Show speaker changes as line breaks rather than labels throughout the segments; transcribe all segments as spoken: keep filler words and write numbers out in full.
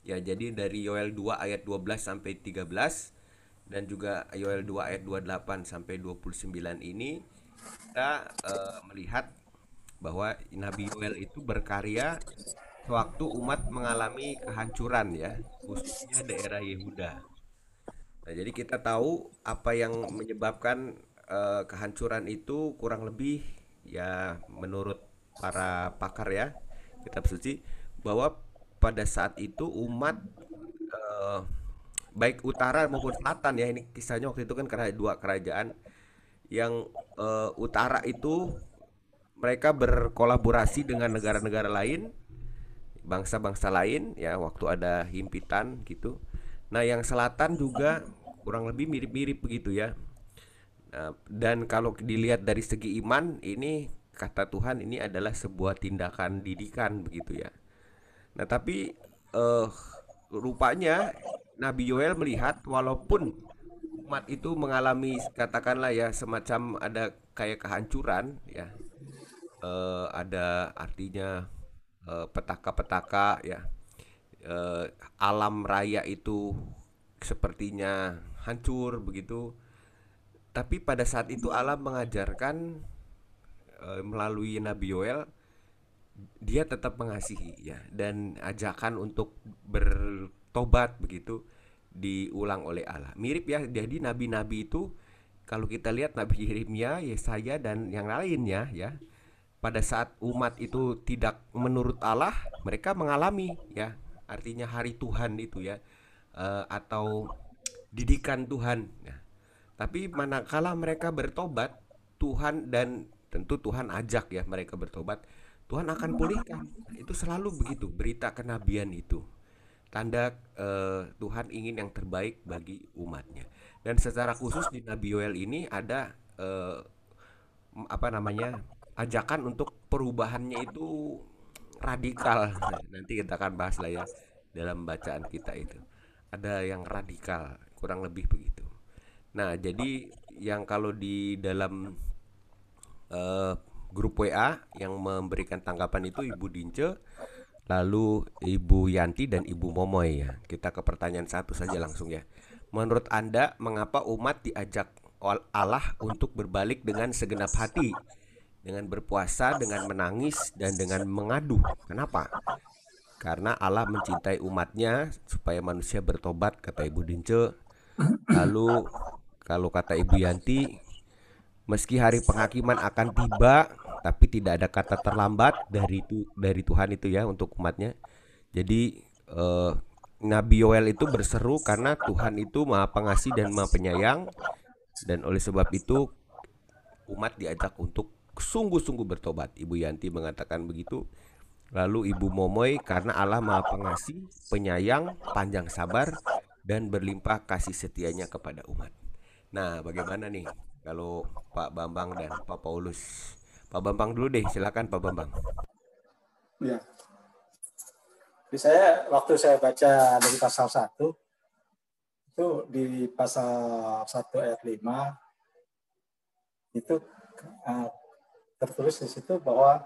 Ya, jadi dari Yoel dua ayat dua belas sampai tiga belas dan juga Yoel dua ayat dua puluh delapan sampai dua puluh sembilan ini kita eh, melihat bahwa Nabi Yoel itu berkarya sewaktu umat mengalami kehancuran ya, khususnya daerah Yehuda. Nah, jadi kita tahu apa yang menyebabkan eh, kehancuran itu kurang lebih ya menurut para pakar ya, kitab suci bahwa pada saat itu umat eh, baik utara maupun selatan ya, ini kisahnya waktu itu kan karena dua kerajaan yang eh, utara itu mereka berkolaborasi dengan negara-negara lain, bangsa-bangsa lain ya waktu ada himpitan gitu. Nah, yang selatan juga kurang lebih mirip-mirip begitu ya. Nah, dan kalau dilihat dari segi iman, ini kata Tuhan ini adalah sebuah tindakan didikan begitu ya. Nah, tapi eh, rupanya Nabi Yoel melihat walaupun umat itu mengalami katakanlah ya semacam ada kayak kehancuran ya, eh, ada artinya eh, petaka-petaka ya, eh, alam raya itu sepertinya hancur begitu. Tapi pada saat itu Allah mengajarkan eh, melalui Nabi Yoel dia tetap mengasihi ya dan ajakan untuk bertobat begitu diulang oleh Allah. Mirip ya, jadi nabi-nabi itu kalau kita lihat Nabi Yeremia, Yesaya dan yang lainnya ya, pada saat umat itu tidak menurut Allah, mereka mengalami ya, artinya hari Tuhan itu ya, eh, atau didikan Tuhan. Ya. Tapi manakala mereka bertobat, Tuhan dan tentu Tuhan ajak ya mereka bertobat, Tuhan akan pulihkan. Nah, itu selalu begitu berita kenabian itu. Tanda eh, Tuhan ingin yang terbaik bagi umatnya. Dan secara khusus di Nabi Yoel ini ada eh, apa namanya ajakan untuk perubahannya itu radikal. Nanti kita akan bahas lah ya dalam bacaan kita itu. Ada yang radikal, kurang lebih begitu. Nah, jadi yang kalau di dalam eh, grup W A yang memberikan tanggapan itu Ibu Dince, lalu Ibu Yanti dan Ibu Momoy ya. Kita ke pertanyaan satu saja langsung ya. Menurut Anda, mengapa umat diajak Allah untuk berbalik dengan segenap hati? Dengan berpuasa, dengan menangis, dan dengan mengadu. Kenapa? Karena Allah mencintai umatnya supaya manusia bertobat, kata Ibu Dince. Lalu kalau kata Ibu Yanti, meski hari penghakiman akan tiba, tapi tidak ada kata terlambat dari itu dari Tuhan itu ya untuk umatnya. Jadi eh, Nabi Yoel itu berseru karena Tuhan itu Maha Pengasih dan Maha Penyayang dan oleh sebab itu umat diajak untuk sungguh-sungguh bertobat. Ibu Yanti mengatakan begitu. Lalu Ibu Momoy karena Allah Maha Pengasih, Penyayang, Panjang Sabar dan berlimpah kasih setianya kepada umat. Nah, bagaimana nih kalau Pak Bambang dan Pak Paulus? Pak Bambang dulu deh, silakan Pak Bambang.
Ya, jadi saya waktu saya baca dari pasal satu itu di pasal satu ayat lima itu uh, tertulis di situ bahwa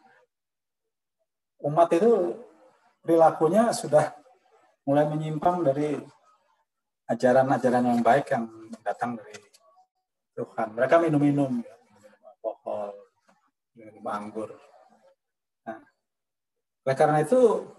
umat itu perilakunya sudah mulai menyimpang dari ajaran-ajaran yang baik yang datang dari Tuhan. Mereka minum-minum, ya, minum alkohol, minum anggur. Nah, oleh karena itu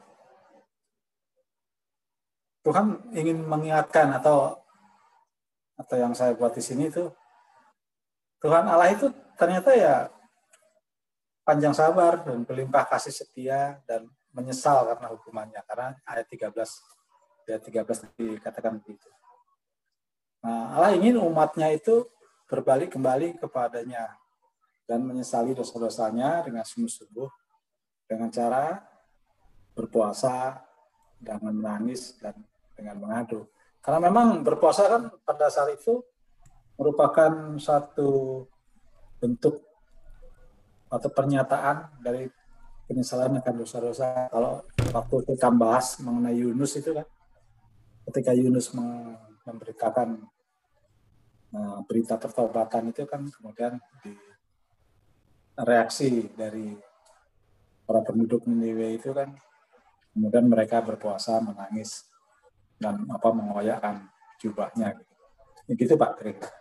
Tuhan ingin mengingatkan atau atau yang saya buat di sini itu Tuhan Allah itu ternyata ya panjang sabar dan berlimpah kasih setia dan menyesal karena hukumannya karena ayat tiga belas ayat tiga belas dikatakan begitu. Nah, Allah ingin umatnya itu berbalik kembali kepadanya dan menyesali dosa-dosanya dengan sungguh-sungguh dengan cara berpuasa, dengan menangis dan dengan mengadu. Karena memang berpuasa kan pada saat itu merupakan satu bentuk atau pernyataan dari penyesalan akan dosa-dosa. Kalau waktu kita bahas mengenai Yunus itu kan, ketika Yunus memberitakan uh, berita pertobatan itu kan kemudian di reaksi dari para penduduk Niniwe itu kan Kemudian mereka berpuasa, menangis, dan apa mengoyakkan jubahnya. Gitu Pak.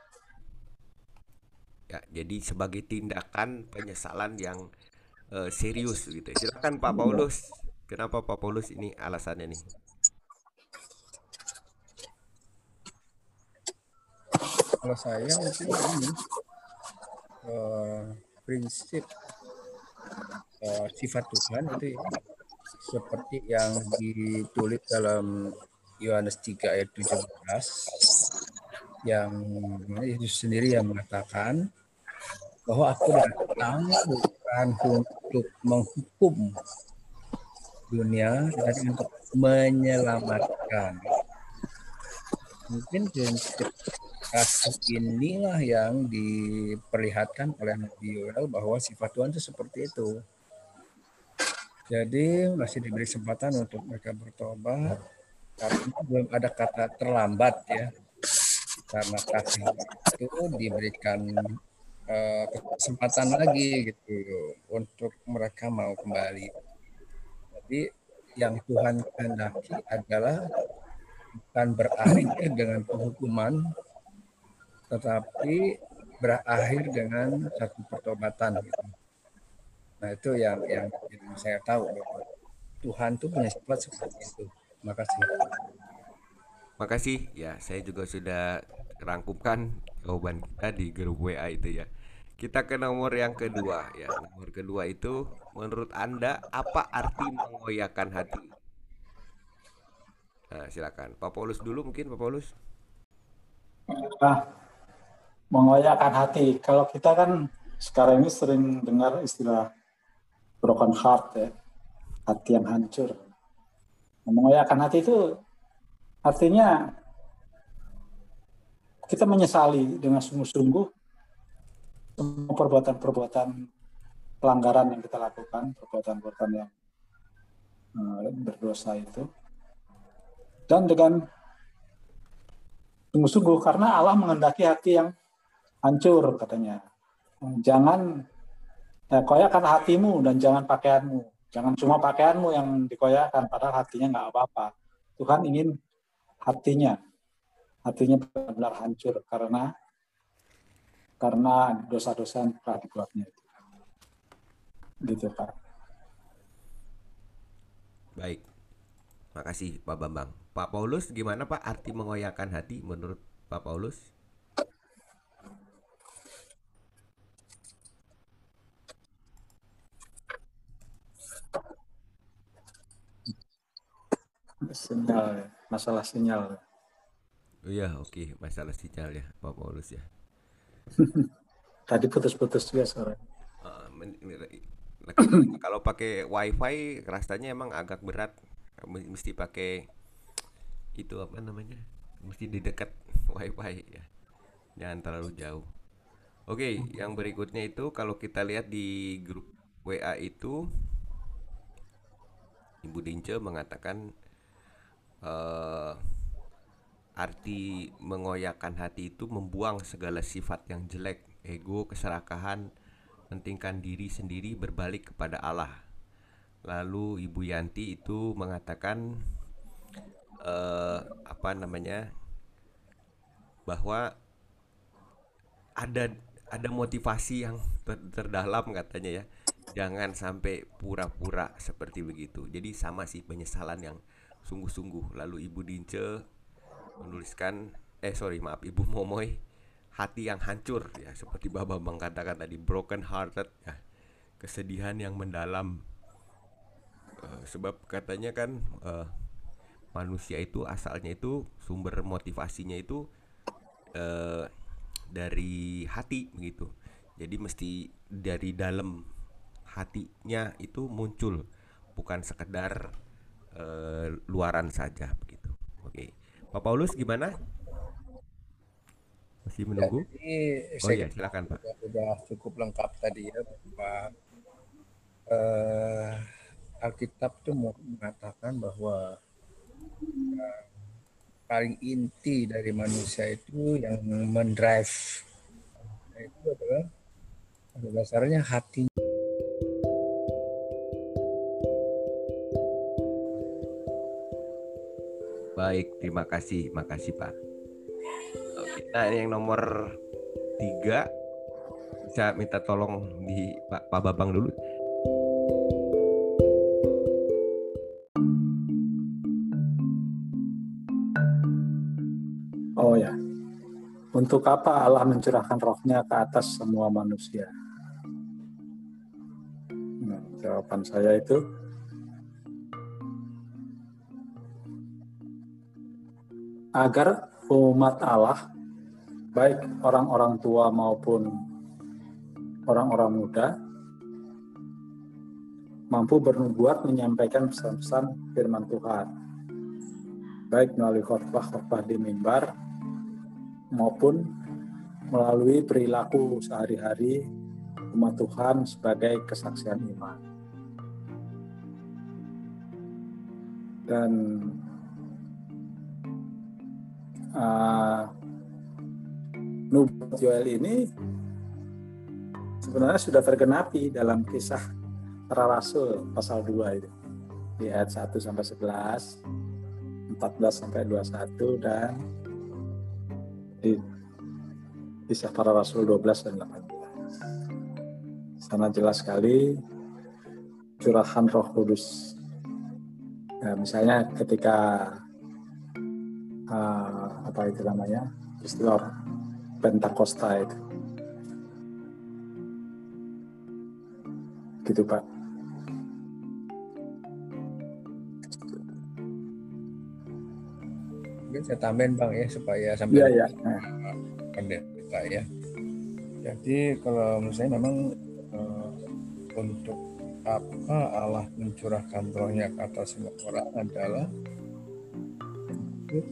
Ya, jadi sebagai tindakan penyesalan yang eh, serius gitu. Silakan Pak Paulus. Kenapa Pak Paulus ini alasannya nih?
Kalau saya mungkin ini eh, prinsip eh, sifat Tuhan itu ya, seperti yang ditulis dalam Yohanes tiga ayat tujuh belas yang Yesus sendiri yang mengatakan bahwa aku datang bukan untuk menghukum dunia, tetapi untuk menyelamatkan. Mungkin prinsip kasih inilah yang diperlihatkan oleh Nabi Yoel bahwa sifat Tuhan itu seperti itu. Jadi masih diberi kesempatan untuk mereka bertobat. Artinya belum ada kata terlambat ya, karena kasih itu diberikan uh, kesempatan lagi gitu untuk mereka mau kembali. Jadi yang Tuhan kehendaki adalah bukan berakhir dengan penghukuman, tetapi berakhir dengan satu pertobatan. Gitu. Nah itu yang yang, yang saya tahu bahwa Tuhan tuh punya sifat seperti itu. Terima kasih.
Makasih ya, saya juga sudah rangkumkan jawaban kita di grup W A itu ya. Kita ke nomor yang kedua ya. Nomor kedua itu menurut Anda apa arti mengoyakkan hati? Nah, silakan. Pak Paulus dulu mungkin Pak Paulus.
Nah, mengoyakkan hati. Kalau kita kan sekarang ini sering dengar istilah broken heart ya, hati yang hancur. Mengoyakkan hati itu artinya kita menyesali dengan sungguh-sungguh semua perbuatan-perbuatan pelanggaran yang kita lakukan, perbuatan-perbuatan yang uh, berdosa itu. Dan dengan sungguh-sungguh karena Allah menghendaki hati yang hancur katanya. Jangan ya, koyakkan hatimu dan jangan pakaianmu. Jangan cuma pakaianmu yang dikoyakkan, padahal hatinya nggak apa-apa. Tuhan ingin hatinya, hatinya benar-benar hancur karena karena dosa-dosa yang telah dibuatnya. Gitu Pak.
Baik. Makasih Pak Bambang. Pak Paulus gimana Pak arti mengoyakkan hati menurut Pak Paulus?
Sinyal, masalah sinyal.
Oh iya, oke, okay. Masalah sinyal ya Pak Paulus ya.
Tadi putus-putus juga suara.
Uh, kalau pakai WiFi rasanya emang agak berat, mesti pakai itu apa namanya? Mesti di dekat WiFi ya. Jangan terlalu jauh. Oke, okay, yang berikutnya itu kalau kita lihat di grup W A itu Ibu Dince mengatakan uh, arti mengoyakkan hati itu membuang segala sifat yang jelek, ego, keserakahan, pentingkan diri sendiri berbalik kepada Allah. Lalu Ibu Yanti itu mengatakan uh, apa namanya bahwa ada ada motivasi yang ter- terdalam katanya ya. Jangan sampai pura-pura seperti begitu. Jadi sama sih penyesalan yang sungguh-sungguh. Lalu Ibu Dince menuliskan eh sorry maaf Ibu Momoy hati yang hancur ya seperti Bapak mengatakan tadi broken hearted ya kesedihan yang mendalam uh, sebab katanya kan uh, manusia itu asalnya itu sumber motivasinya itu uh, dari hati begitu jadi mesti dari dalam hatinya itu muncul bukan sekedar uh, luaran saja begitu. Oke. Pak Paulus gimana? Masih menunggu?
Ya, jadi
Oh
saya
iya, silakan Pak.
Sudah cukup lengkap tadi ya bahwa eh, Alkitab itu mengatakan bahwa yang paling inti dari manusia itu yang mendrive itu adalah pada dasarnya hati.
Baik, terima kasih, makasih Pak. Oke, nah ini yang nomor tiga, bisa minta tolong di Pak, Pak Babang dulu.
Oh ya, untuk apa Allah mencurahkan rohnya ke atas semua manusia? Nah, jawaban saya itu agar umat Allah, baik orang-orang tua maupun orang-orang muda, mampu bernubuat menyampaikan pesan-pesan firman Tuhan, baik melalui khotbah-khotbah di mimbar maupun melalui perilaku sehari-hari umat Tuhan sebagai kesaksian iman. Dan uh, nubuat Yoel ini sebenarnya sudah tergenapi dalam kisah para rasul pasal dua itu, di ayat satu sampai sebelas, empat belas sampai dua puluh satu, dan di kisah para rasul dua belas dan delapan belas. Sana jelas sekali curahan Roh Kudus. Nah, misalnya ketika uh, apa itu namanya, peristiwa Pentakosta itu, gitu Pak.
Mungkin saya tambahin Bang ya supaya sampai
Iya ya. Nah.
pendeta ya. Jadi kalau menurut saya memang uh, untuk apa Allah mencurahkan rohnya ke atas semua orang adalah untuk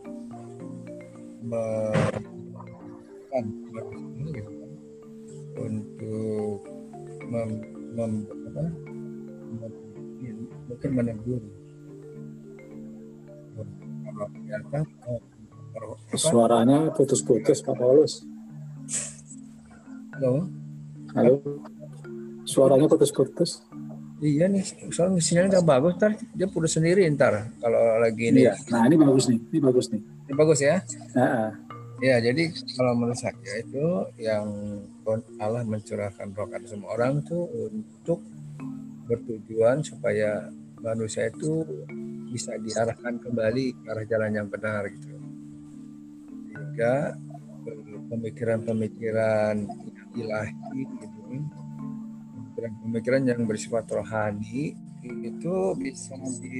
me- gitu, untuk mem, mem, apa, mem- mungkin menegur kalau ternyata
Suaranya putus-putus Pak Paulus.
Halo.
Halo. Suaranya putus-putus.
Iya nih, soalnya sinyalnya nggak bagus, ntar dia putus sendiri ntar kalau lagi ini.
Iya, nah ini bagus nih, ini bagus nih.
Ini bagus ya?
Nah,
ya, jadi kalau menurut saya itu yang Allah mencurahkan roh ke semua orang tuh untuk bertujuan supaya manusia itu bisa diarahkan kembali ke arah jalan yang benar gitu. Sehingga pemikiran-pemikiran ilahi gitu, pemikiran-pemikiran yang bersifat rohani itu bisa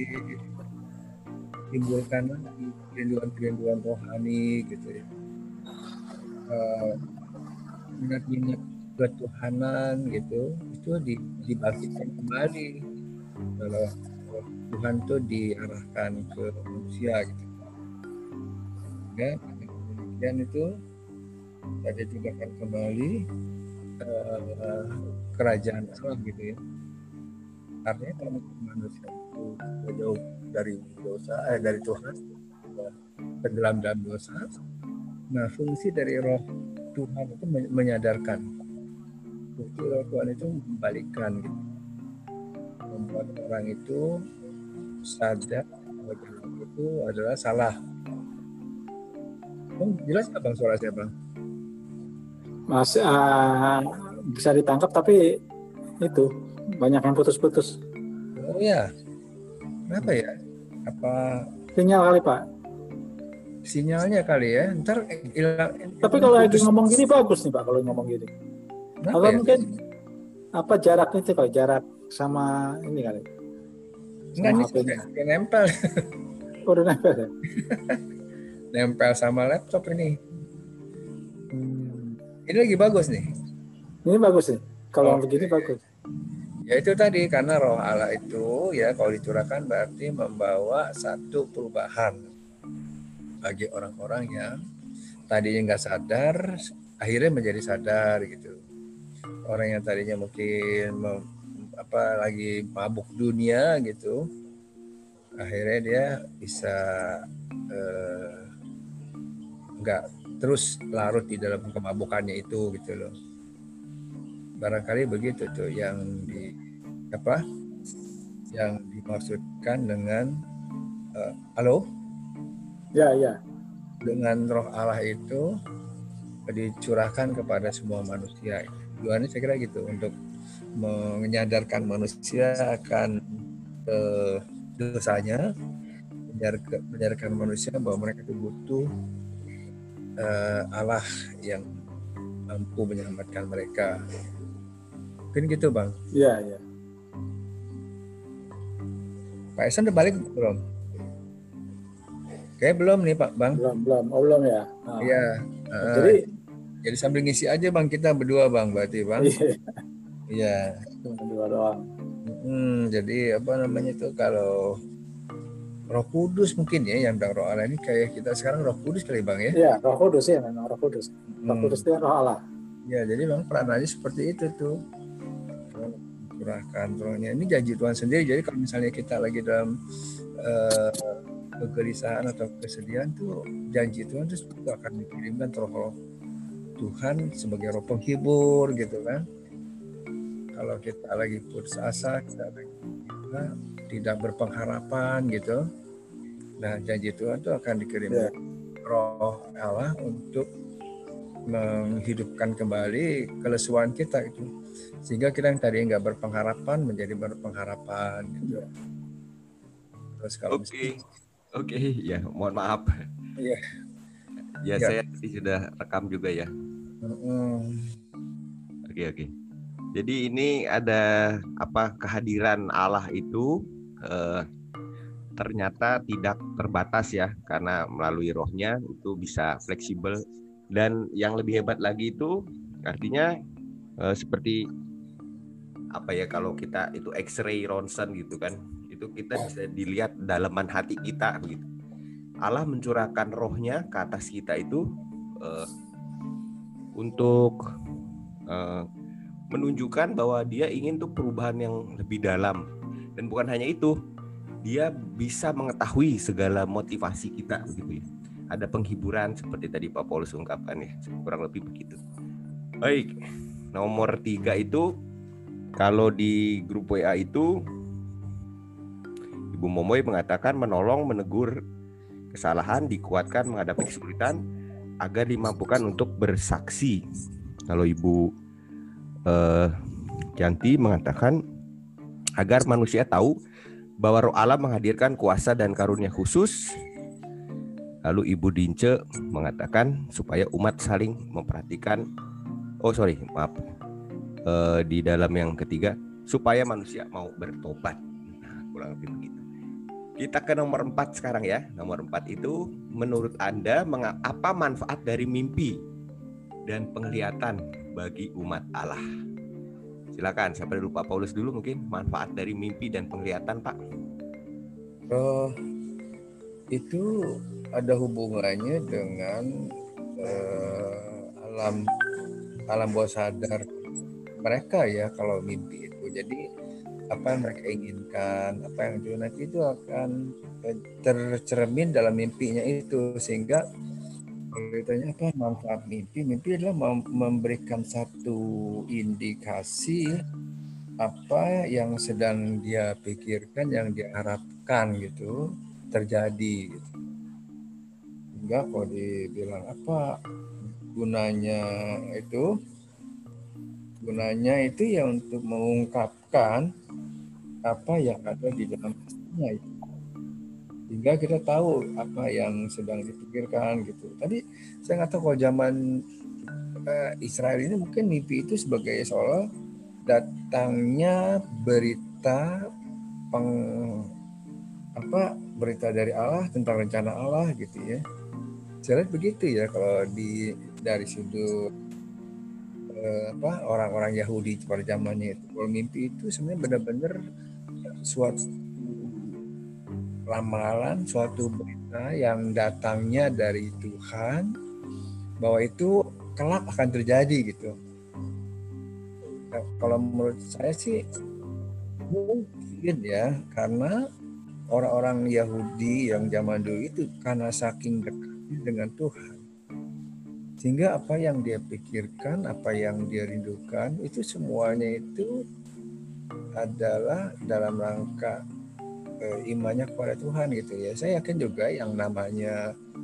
ditimbulkan lagi kerinduan-kerinduan rohani gitu ya, uh, minat-minat ketuhanan gitu, itu dibangkitkan kembali kalau Tuhan tuh diarahkan ke manusia gitu. Ya, demikian itu tadi ditegakkan kembali uh, kerajaan Allah gitu ya. Artinya kalau manusia itu jauh dari dosa, eh, dari Tuhan, tenggelam dalam dosa, nah fungsi dari roh Tuhan itu menyadarkan, fungsi roh Tuhan itu membalikkan gitu, membuat orang itu sadar bahwa jalan itu adalah salah. Oh, jelas nggak Bang suara saya Bang?
Mas uh, bisa ditangkap tapi itu banyak yang putus-putus.
Oh ya, kenapa ya? Apa
sinyal kali Pak?
Sinyalnya kali ya. Ntar hilang.
Tapi kalau lagi ngomong gini bagus nih Pak, kalau ngomong gini. Kenapa atau ya? Mungkin apa jaraknya itu Pak, jarak sama ini kali.
Enggak, ini kayak nempel.
Oh, udah nempel ya?
Nempel sama laptop ini. Hmm. Ini lagi bagus nih.
Ini bagus nih. Kalau oh, begini bagus.
Ya itu tadi, karena roh Allah itu ya kalau dicurahkan berarti membawa satu perubahan bagi orang-orang yang tadinya nggak sadar, akhirnya menjadi sadar gitu. Orang yang tadinya mungkin mem, apa lagi mabuk dunia gitu, akhirnya dia bisa eh, nggak terus larut di dalam kemabukannya itu gitu loh. Barangkali begitu tuh yang di apa yang dimaksudkan dengan uh, halo
Ya, ya.
Dengan roh Allah itu dicurahkan kepada semua manusia. Tujuannya saya kira gitu, untuk menyadarkan manusia akan eh, dosanya, menyadarkan manusia bahwa mereka itu butuh eh, Allah yang mampu menyelamatkan mereka. Mungkin gitu, Bang.
Iya, iya.
Pak Eson udah balik belum? Kayak belum nih, Pak Bang.
Belum, belum. Oh, belum ya. Nah,
Iya.
oh,
Uh,
jadi
jadi sambil ngisi aja, Bang, kita berdua, Bang, berarti, Bang.
iya,
Iya.
cuma dua doang.
Hmm, jadi apa namanya itu, kalau Roh Kudus mungkin ya yang bilang roh Allah ini kayak kita sekarang Roh Kudus kali, Bang ya.
Iya, Roh Kudus ya, memang Roh Kudus. Roh
Hmm.
Kudus itu Roh Allah.
Ya, jadi memang peranannya seperti itu tuh. Curahkan rohnya. Ini janji Tuhan sendiri. Jadi kalau misalnya kita lagi dalam uh, kegelisahan atau kesedihan tuh, janji Tuhan itu akan dikirimkan roh Tuhan sebagai roh penghibur gitu kan. Kalau kita lagi putus asa, kita lagi kita tidak berpengharapan gitu, nah janji Tuhan itu akan dikirimkan yeah. roh Allah untuk menghidupkan kembali kelesuan kita itu, sehingga kita yang tadi nggak berpengharapan menjadi berpengharapan gitu. Terus kalau
Oke, okay. oke, okay. Ya mohon maaf.
Iya.
Ya, ya saya tadi sudah rekam juga ya.
Oke
mm. oke. Okay, okay. Jadi ini ada apa, kehadiran Allah itu eh, ternyata tidak terbatas ya, karena melalui rohnya itu bisa fleksibel, dan yang lebih hebat lagi itu artinya eh, seperti apa ya, kalau kita itu X-ray ronsen gitu kan, itu kita bisa dilihat dalaman hati kita begitu. Allah mencurahkan rohnya ke atas kita itu eh, untuk eh, menunjukkan bahwa dia ingin tuh perubahan yang lebih dalam, dan bukan hanya itu, dia bisa mengetahui segala motivasi kita begitu ya. Ada penghiburan seperti tadi Pak Paulus ungkapkan ya, kurang lebih begitu. Baik, nomor tiga itu kalau di grup W A itu Ibu Momoy mengatakan menolong, menegur kesalahan, dikuatkan menghadapi kesulitan agar dimampukan untuk bersaksi. Kalau Ibu Uh, Yanti mengatakan agar manusia tahu bahwa roh Allah menghadirkan kuasa dan karunia khusus. Lalu Ibu Dince mengatakan supaya umat saling memperhatikan, oh sorry maaf uh, di dalam yang ketiga, supaya manusia mau bertobat. Nah, kurang lebih begitu. Kita ke nomor empat sekarang ya. Nomor empat itu, menurut Anda apa manfaat dari mimpi dan penglihatan bagi umat Allah? Silakan, siapa dulu, Pak Paulus dulu mungkin, manfaat dari mimpi dan penglihatan, Pak.
Oh, itu ada hubungannya dengan eh, alam alam bawah sadar mereka ya kalau mimpi itu. Jadi apa yang mereka inginkan, apa yang itu nanti itu akan tercermin dalam mimpinya itu, sehingga kalau ditanya apa manfaat mimpi, mimpi adalah memberikan satu indikasi apa yang sedang dia pikirkan, yang dia harapkan gitu terjadi gitu. Hingga kalau dibilang apa gunanya itu, gunanya itu ya untuk mengungkapkan apa yang ada di dalam hatinya itu, hingga kita tahu apa yang sedang dipikirkan gitu. Tadi saya nggak tahu kalau zaman uh, Israel ini mungkin mimpi itu sebagai seolah datangnya berita peng, apa berita dari Allah tentang rencana Allah gitu ya. Saya lihat begitu ya kalau di dari sudut uh, apa orang-orang Yahudi pada zamannya itu. Kalau mimpi itu sebenarnya benar-benar suatu ramalan, suatu berita yang datangnya dari Tuhan bahwa itu kelak akan terjadi gitu. Nah, kalau menurut saya sih mungkin ya, karena orang-orang Yahudi yang zaman dulu itu karena saking dekatnya dengan Tuhan, sehingga apa yang dia pikirkan, apa yang dia rindukan itu semuanya itu adalah dalam rangka imannya kepada Tuhan gitu ya. Saya yakin juga yang namanya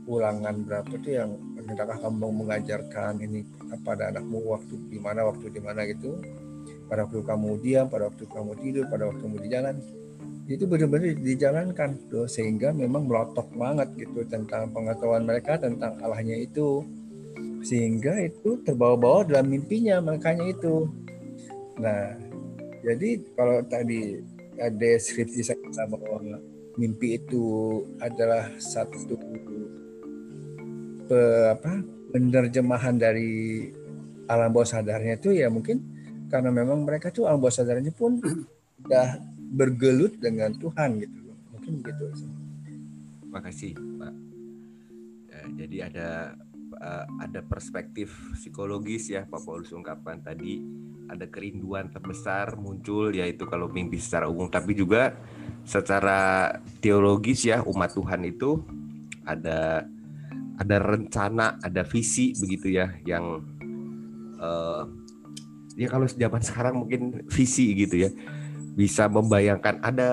ulangan berapa tuh yang hendaklah kamu mengajarkan ini kepada anakmu waktu di mana waktu di mana gitu, pada waktu kamu diam, pada waktu kamu tidur, pada waktu kamu di jalan, itu benar-benar dijalankan tuh, sehingga memang melotok banget gitu tentang pengetahuan mereka tentang Allahnya itu, sehingga itu terbawa-bawa dalam mimpinya makanya itu. Nah, jadi kalau tadi ada deskripsi saya bahwa mimpi itu adalah satu pe, apa, penerjemahan dari alam bawah sadarnya itu, ya mungkin karena memang mereka tuh alam bawah sadarnya pun udah bergelut dengan Tuhan gitu, mungkin begitu.
Makasih Pak. Ya, jadi ada uh, ada perspektif psikologis ya Pak Paulus ungkapkan tadi, ada kerinduan terbesar muncul yaitu kalau mimpi secara umum, tapi juga secara teologis ya umat Tuhan itu ada ada rencana, ada visi begitu ya, yang uh, ya kalau zaman sekarang mungkin visi gitu ya, bisa membayangkan ada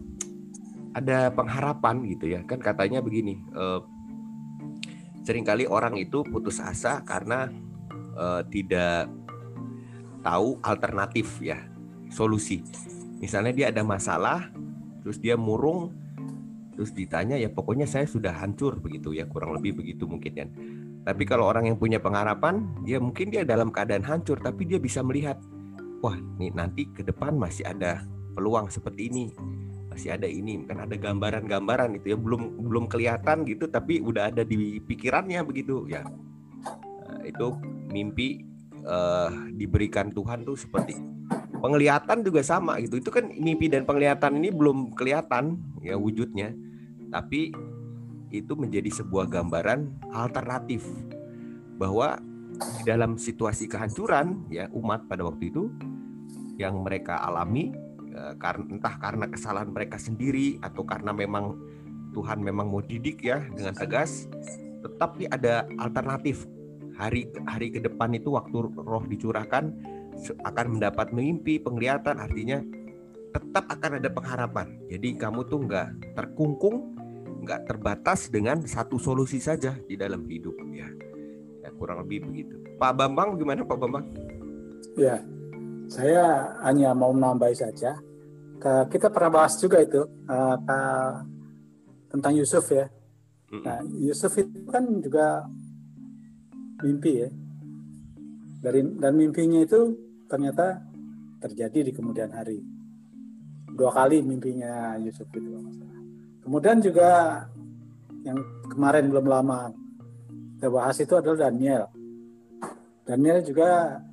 ada pengharapan gitu ya. Kan katanya begini, uh, seringkali orang itu putus asa karena uh, tidak tahu alternatif ya, solusi. Misalnya dia ada masalah, terus dia murung, terus ditanya ya pokoknya saya sudah hancur begitu ya, kurang lebih begitu mungkin kan. Tapi kalau orang yang punya pengharapan, dia mungkin dia dalam keadaan hancur, tapi dia bisa melihat, wah nih nanti ke depan masih ada peluang seperti ini, masih ada ini, kan ada gambaran-gambaran itu ya, belum belum kelihatan gitu, tapi udah ada di pikirannya begitu ya. Nah, itu mimpi Uh, diberikan Tuhan tuh seperti penglihatan juga sama gitu. Itu kan mimpi dan penglihatan ini belum kelihatan ya wujudnya, tapi itu menjadi sebuah gambaran alternatif bahwa di dalam situasi kehancuran ya umat pada waktu itu yang mereka alami, uh, karena entah karena kesalahan mereka sendiri atau karena memang Tuhan memang mau didik ya dengan tegas, tetapi ada alternatif. Hari hari ke depan itu waktu roh dicurahkan akan mendapat mimpi, penglihatan, artinya tetap akan ada pengharapan. Jadi kamu tuh nggak terkungkung, nggak terbatas dengan satu solusi saja di dalam hidup ya. Ya kurang lebih begitu. Pak Bambang gimana Pak Bambang?
Ya, saya hanya mau menambahi saja. Kita pernah bahas juga itu uh, tentang Yusuf ya. Nah, Yusuf itu kan juga mimpi ya, dari dan mimpinya itu ternyata terjadi di kemudian hari. Dua kali mimpinya Yusuf itu. Kemudian juga yang kemarin belum lama kita bahas itu adalah Daniel. Daniel juga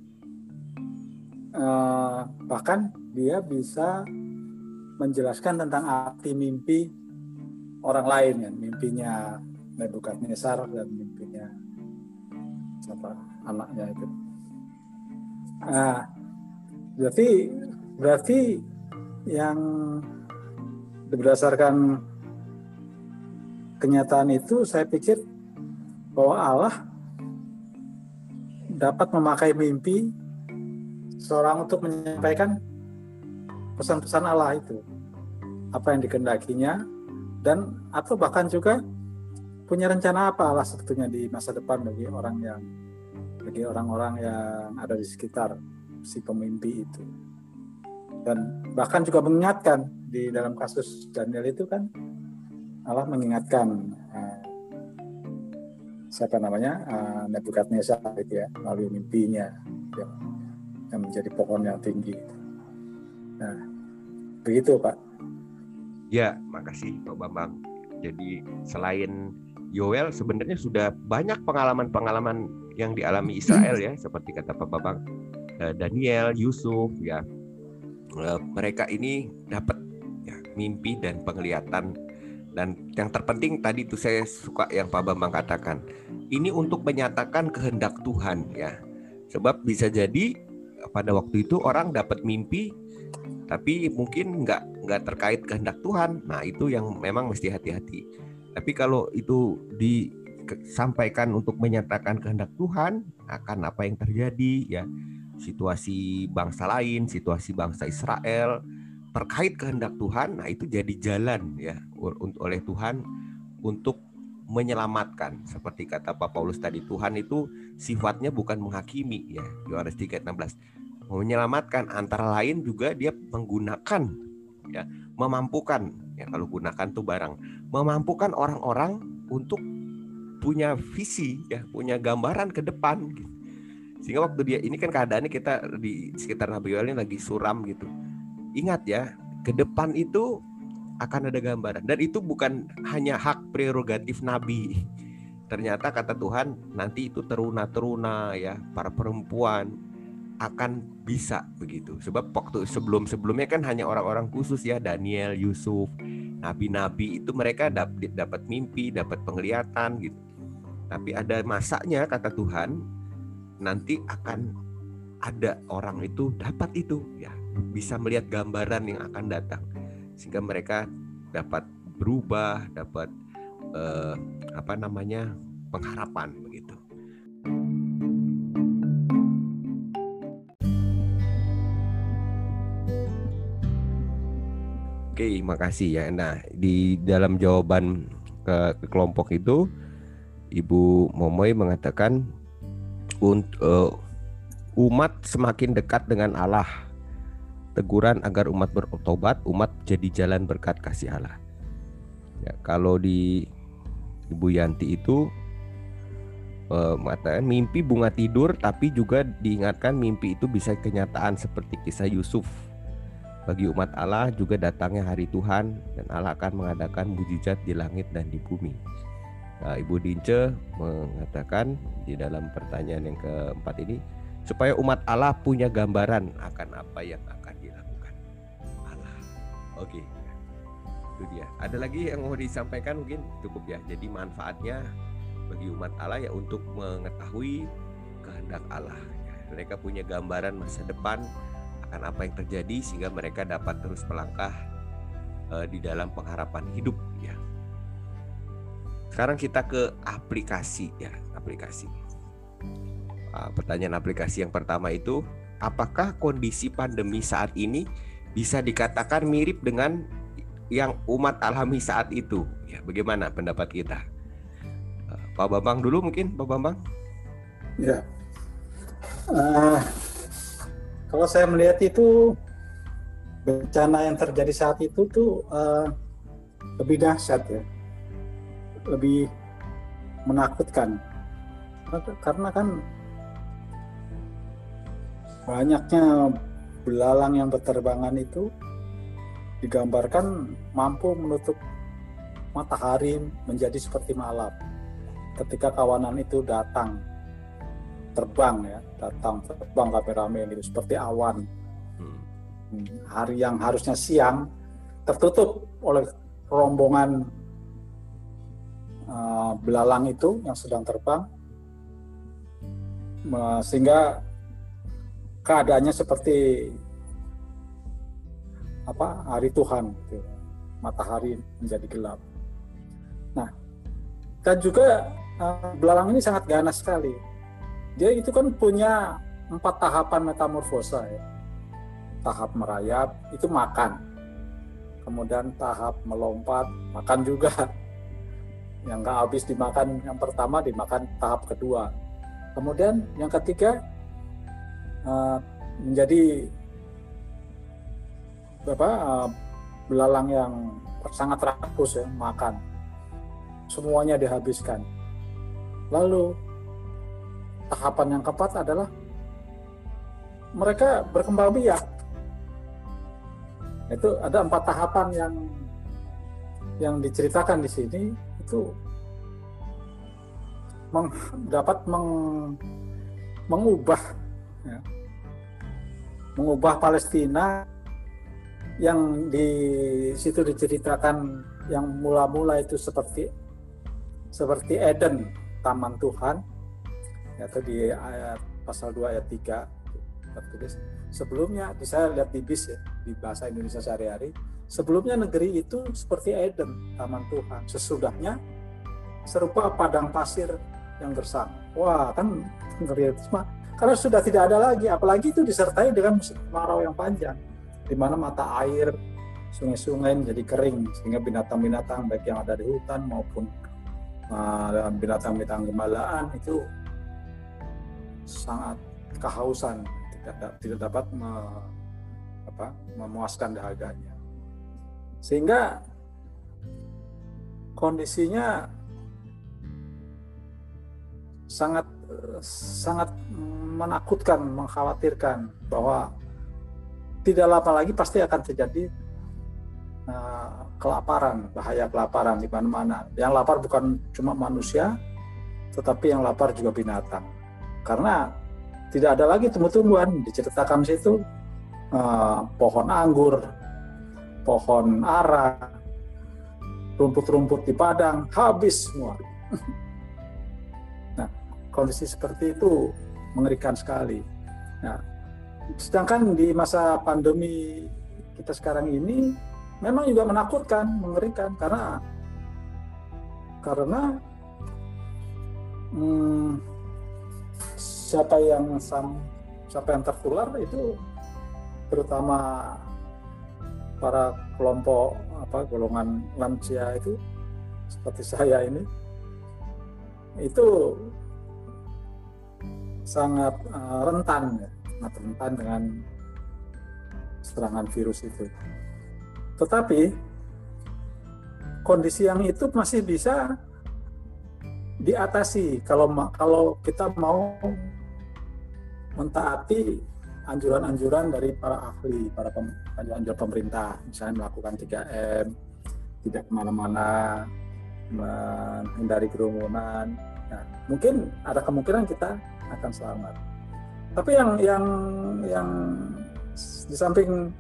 eh, bahkan dia bisa menjelaskan tentang arti mimpi orang lain ya, mimpinya Nebukadnezar dan mimpinya siapa anaknya itu. Nah, berarti berarti yang berdasarkan kenyataan itu saya pikir bahwa Allah dapat memakai mimpi seorang untuk menyampaikan pesan-pesan Allah itu, apa yang dikehendakinya, dan atau bahkan juga punya rencana apa Allah sebetulnya di masa depan bagi orang yang bagi orang-orang yang ada di sekitar si pemimpi itu. Dan bahkan juga mengingatkan di dalam kasus Daniel itu kan Allah mengingatkan uh, siapa namanya uh, Nebukadnezar itu ya melalui mimpinya yang, yang menjadi pohon yang tinggi. Nah, begitu Pak.
Ya, makasih Pak Bambang. Jadi selain Yoel sebenarnya sudah banyak pengalaman-pengalaman yang dialami Israel ya, seperti kata Pak Bambang, Daniel, Yusuf ya, mereka ini dapat ya, mimpi dan penglihatan. Dan yang terpenting tadi itu saya suka yang Pak Bambang katakan, ini untuk menyatakan kehendak Tuhan ya, sebab bisa jadi pada waktu itu orang dapat mimpi tapi mungkin nggak nggak terkait kehendak Tuhan. Nah itu yang memang mesti hati-hati. Tapi kalau itu disampaikan untuk menyatakan kehendak Tuhan, akan apa yang terjadi ya, situasi bangsa lain, situasi bangsa Israel terkait kehendak Tuhan, nah itu jadi jalan ya oleh Tuhan untuk menyelamatkan. Seperti kata Pak Paulus tadi, Tuhan itu sifatnya bukan menghakimi ya, Yohanes tiga ayat enam belas. Menyelamatkan antara lain juga dia menggunakan ya, memampukan ya, kalau gunakan tuh barang, memampukan orang-orang untuk punya visi ya, punya gambaran ke depan gitu. Sehingga waktu dia ini kan keadaannya kita di sekitar Nabi Yoel ini lagi suram gitu. Ingat ya, ke depan itu akan ada gambaran, dan itu bukan hanya hak prerogatif nabi. Ternyata kata Tuhan nanti itu teruna-teruna ya, para perempuan akan bisa begitu. Sebab waktu sebelum-sebelumnya kan hanya orang-orang khusus ya, Daniel, Yusuf, nabi-nabi itu mereka dapat dapat mimpi, dapat penglihatan gitu. Tapi ada masanya kata Tuhan, nanti akan ada orang itu dapat itu ya, bisa melihat gambaran yang akan datang, sehingga mereka dapat berubah, dapat eh, apa namanya pengharapan begitu. Oke, makasih ya. Nah, di dalam jawaban ke, ke kelompok itu, Ibu Momoy mengatakan untuk uh, umat semakin dekat dengan Allah. Teguran agar umat bertobat, umat jadi jalan berkat kasih Allah. Ya, kalau di Ibu Yanti itu eh, mengatakan mimpi bunga tidur, tapi juga diingatkan mimpi itu bisa kenyataan seperti kisah Yusuf. Bagi umat Allah juga datangnya hari Tuhan, dan Allah akan mengadakan mujizat di langit dan di bumi. Nah, Ibu Dince mengatakan di dalam pertanyaan yang keempat ini, supaya umat Allah punya gambaran akan apa yang akan dilakukan Allah. Oke, itu dia. Ada lagi yang mau disampaikan? Mungkin cukup ya. Jadi manfaatnya bagi umat Allah ya untuk mengetahui kehendak Allah. Mereka punya gambaran masa depan akan apa yang terjadi, sehingga mereka dapat terus melangkah uh, di dalam pengharapan hidup ya. Sekarang kita ke aplikasi ya, aplikasi. Pertanyaan aplikasi yang pertama itu, apakah kondisi pandemi saat ini bisa dikatakan mirip dengan yang umat alami saat itu? Ya, bagaimana pendapat kita? Pak Bambang dulu mungkin, Pak Bambang.
Ya, uh, kalau saya melihat itu bencana yang terjadi saat itu tuh uh, lebih dahsyat ya, lebih menakutkan, karena kan banyaknya belalang yang berterbangan itu digambarkan mampu menutup matahari menjadi seperti malam. Ketika kawanan itu datang, terbang ya, datang terbang rame-rame gitu, seperti awan. Hari yang harusnya siang tertutup oleh rombongan uh, belalang itu yang sedang terbang, uh, sehingga keadaannya seperti apa, hari Tuhan gitu. Matahari menjadi gelap. Nah, dan juga uh, belalang ini sangat ganas sekali. Dia itu kan punya empat tahapan metamorfosa ya. Tahap merayap itu makan, kemudian tahap melompat makan juga, yang nggak habis dimakan yang pertama dimakan tahap kedua, kemudian yang ketiga uh, menjadi apa uh, belalang yang sangat rakus ya, makan semuanya dihabiskan. Lalu tahapan yang keempat adalah mereka berkembang biak. Itu ada empat tahapan yang yang diceritakan di sini, itu meng, dapat meng, mengubah ya, mengubah Palestina yang di situ diceritakan yang mula-mula itu seperti seperti Eden, taman Tuhan, yaitu di ayat pasal dua ayat tiga tertulis. Sebelumnya, saya lihat di B I S ya, di bahasa Indonesia sehari-hari, sebelumnya negeri itu seperti Eden, taman Tuhan. Sesudahnya serupa padang pasir yang gersang. Wah, kan ngeri semua. Karena sudah tidak ada lagi, apalagi itu disertai dengan musim kemarau yang panjang, di mana mata air, sungai-sungai menjadi kering, sehingga binatang-binatang baik yang ada di hutan maupun uh, binatang-binatang gembalaan itu sangat kehausan, tidak tidak dapat me, apa, memuaskan dahaganya, sehingga kondisinya sangat sangat menakutkan, mengkhawatirkan bahwa tidak lama lagi pasti akan terjadi uh, kelaparan, bahaya kelaparan di mana-mana. Yang lapar bukan cuma manusia, tetapi yang lapar juga binatang. Karena tidak ada lagi tumbuh-tumbuhan. Diceritakan situ uh, pohon anggur, pohon ara, rumput-rumput di padang habis semua. Nah, kondisi seperti itu mengerikan sekali. Nah, sedangkan di masa pandemi kita sekarang ini memang juga menakutkan, mengerikan, karena karena hmm, siapa yang sam, siapa yang tertular itu terutama para kelompok apa golongan lansia itu seperti saya ini itu sangat uh, rentan, sangat rentan dengan serangan virus itu. Tetapi kondisi yang itu masih bisa diatasi kalau kalau kita mau mentaati anjuran-anjuran dari para ahli, para pem, anjuran pemerintah, misalnya melakukan tiga M, tidak kemana-mana, menghindari kerumunan. Nah, mungkin ada kemungkinan kita akan selamat. Tapi yang yang yang di samping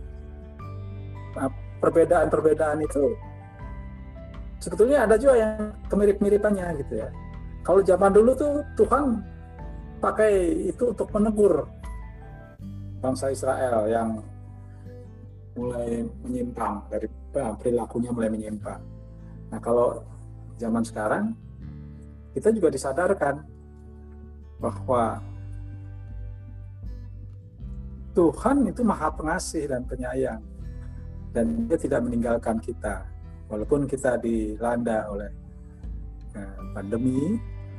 perbedaan-perbedaan itu sebetulnya ada juga yang kemirip-miripannya gitu ya. Kalau zaman dulu tuh Tuhan pakai itu untuk menegur bangsa Israel yang mulai menyimpang dari perilakunya mulai menyimpang. Nah, kalau zaman sekarang kita juga disadarkan bahwa Tuhan itu Maha Pengasih dan Penyayang, dan Dia tidak meninggalkan kita walaupun kita dilanda oleh eh, pandemi,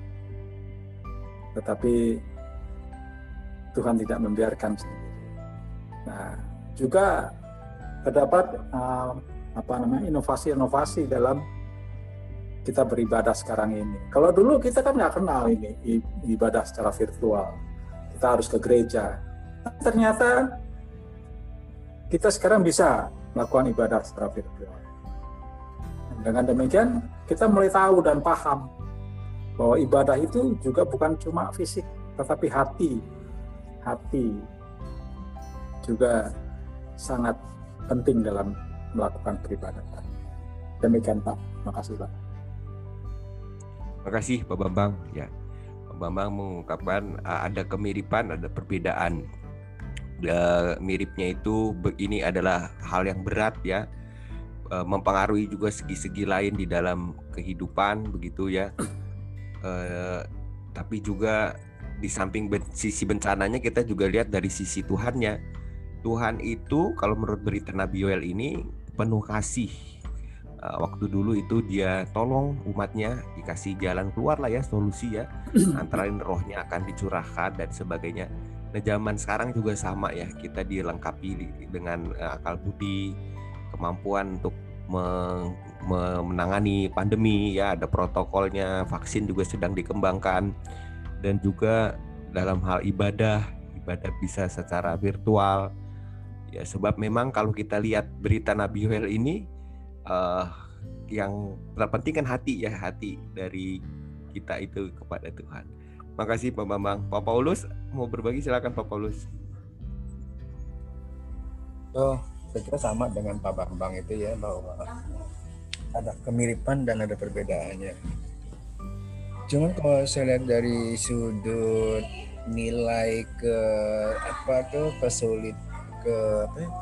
tetapi Tuhan tidak membiarkan sendiri. Nah, juga terdapat uh, apa namanya inovasi-inovasi dalam kita beribadah sekarang ini. Kalau dulu kita kan nggak kenal ini ibadah secara virtual, kita harus ke gereja. Tapi ternyata kita sekarang bisa melakukan ibadah secara virtual. Dengan demikian kita mulai tahu dan paham bahwa ibadah itu juga bukan cuma fisik, tetapi hati. Hati juga sangat penting dalam melakukan peribadatan. Demikian Pak, terima kasih Pak.
Terima kasih Pak Bambang. Ya, Pak Bambang mengungkapkan uh, ada kemiripan, ada perbedaan. Uh, miripnya itu ini adalah hal yang berat ya, uh, mempengaruhi juga segi-segi lain di dalam kehidupan begitu ya. Uh, tapi juga di samping ben- sisi bencananya kita juga lihat dari sisi Tuhannya. Tuhan itu kalau menurut berita Nabi Yoel ini penuh kasih. Uh, waktu dulu itu Dia tolong umatnya, dikasih jalan keluar lah ya, solusi ya, antara lain rohnya akan dicurahkan dan sebagainya. Nah, zaman sekarang juga sama ya, kita dilengkapi dengan uh, akal budi, kemampuan untuk me- me- menangani pandemi ya, ada protokolnya, vaksin juga sedang dikembangkan, dan juga dalam hal ibadah, ibadah bisa secara virtual. Ya, sebab memang kalau kita lihat berita Nabi Yoel ini, uh, yang terpenting kan hati ya, hati dari kita itu kepada Tuhan. Makasih Pak Bambang. Pak Paulus mau berbagi, silakan Pak Paulus.
Oh, saya kira sama dengan Pak Bambang itu ya, bahwa ada kemiripan dan ada perbedaannya. Cuman kalau saya lihat dari sudut nilai ke apa tuh kesulit ke apa ya,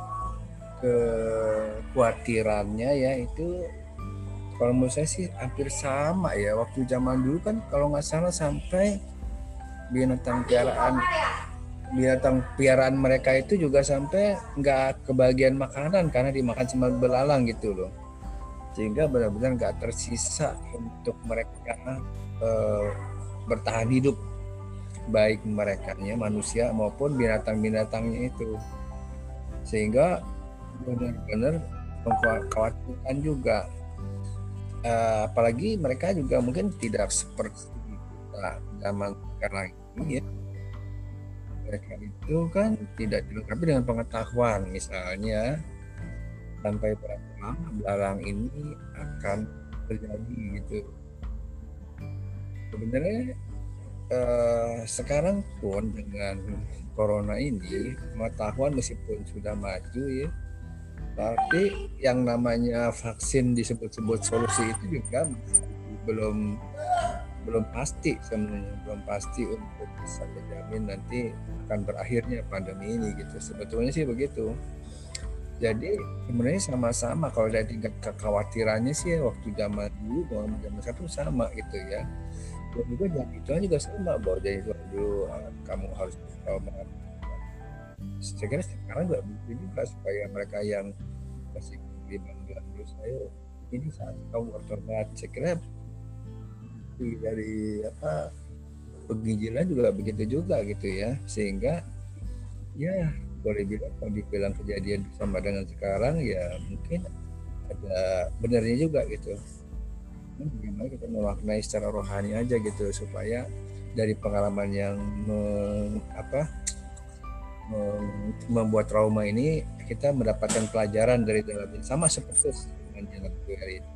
kekhawatirannya ya, itu kalau menurut saya sih hampir sama ya. Waktu zaman dulu kan kalau nggak salah sampai binatang piaraan binatang piaraan mereka itu juga sampai nggak kebagian makanan karena dimakan sama belalang gitu loh. sehingga benar-benar nggak tersisa untuk mereka eh, bertahan hidup, baik merekanya manusia maupun binatang-binatangnya itu, sehingga benar-benar mengkhawatirkan juga. Uh, apalagi mereka juga mungkin tidak seperti kita zaman sekarang ini ya. Mereka itu kan tidak dilengkapi dengan pengetahuan, misalnya sampai berapa lama belalang ini akan terjadi gitu. Sebenarnya uh, sekarang pun dengan corona ini pengetahuan meskipun sudah maju ya, tapi yang namanya vaksin disebut-sebut solusi itu juga belum belum pasti sebenarnya, belum pasti untuk bisa dijamin nanti akan berakhirnya pandemi ini gitu. Sebetulnya sih begitu. Jadi sebenarnya sama-sama kalau dari tingkat kekhawatirannya sih waktu zaman dulu bahwa zaman sekarang sama gitu ya. Dan juga zaman itu juga sama bahwa dari dulu kamu harus trauma. Saya kira sekarang juga begitu juga supaya mereka yang masih bilang dulu saya ini saat kamu bertobat. Saya kira dari apa penginjilan juga begitu juga gitu ya, sehingga ya boleh bilang kalau dibilang kejadian sama dengan sekarang ya mungkin ada benarnya juga gitu. Bagaimana kita memaknai secara rohani aja gitu supaya dari pengalaman yang meng, apa membuat trauma ini kita mendapatkan pelajaran dari dalamnya, sama seperti dengan yang hari ini.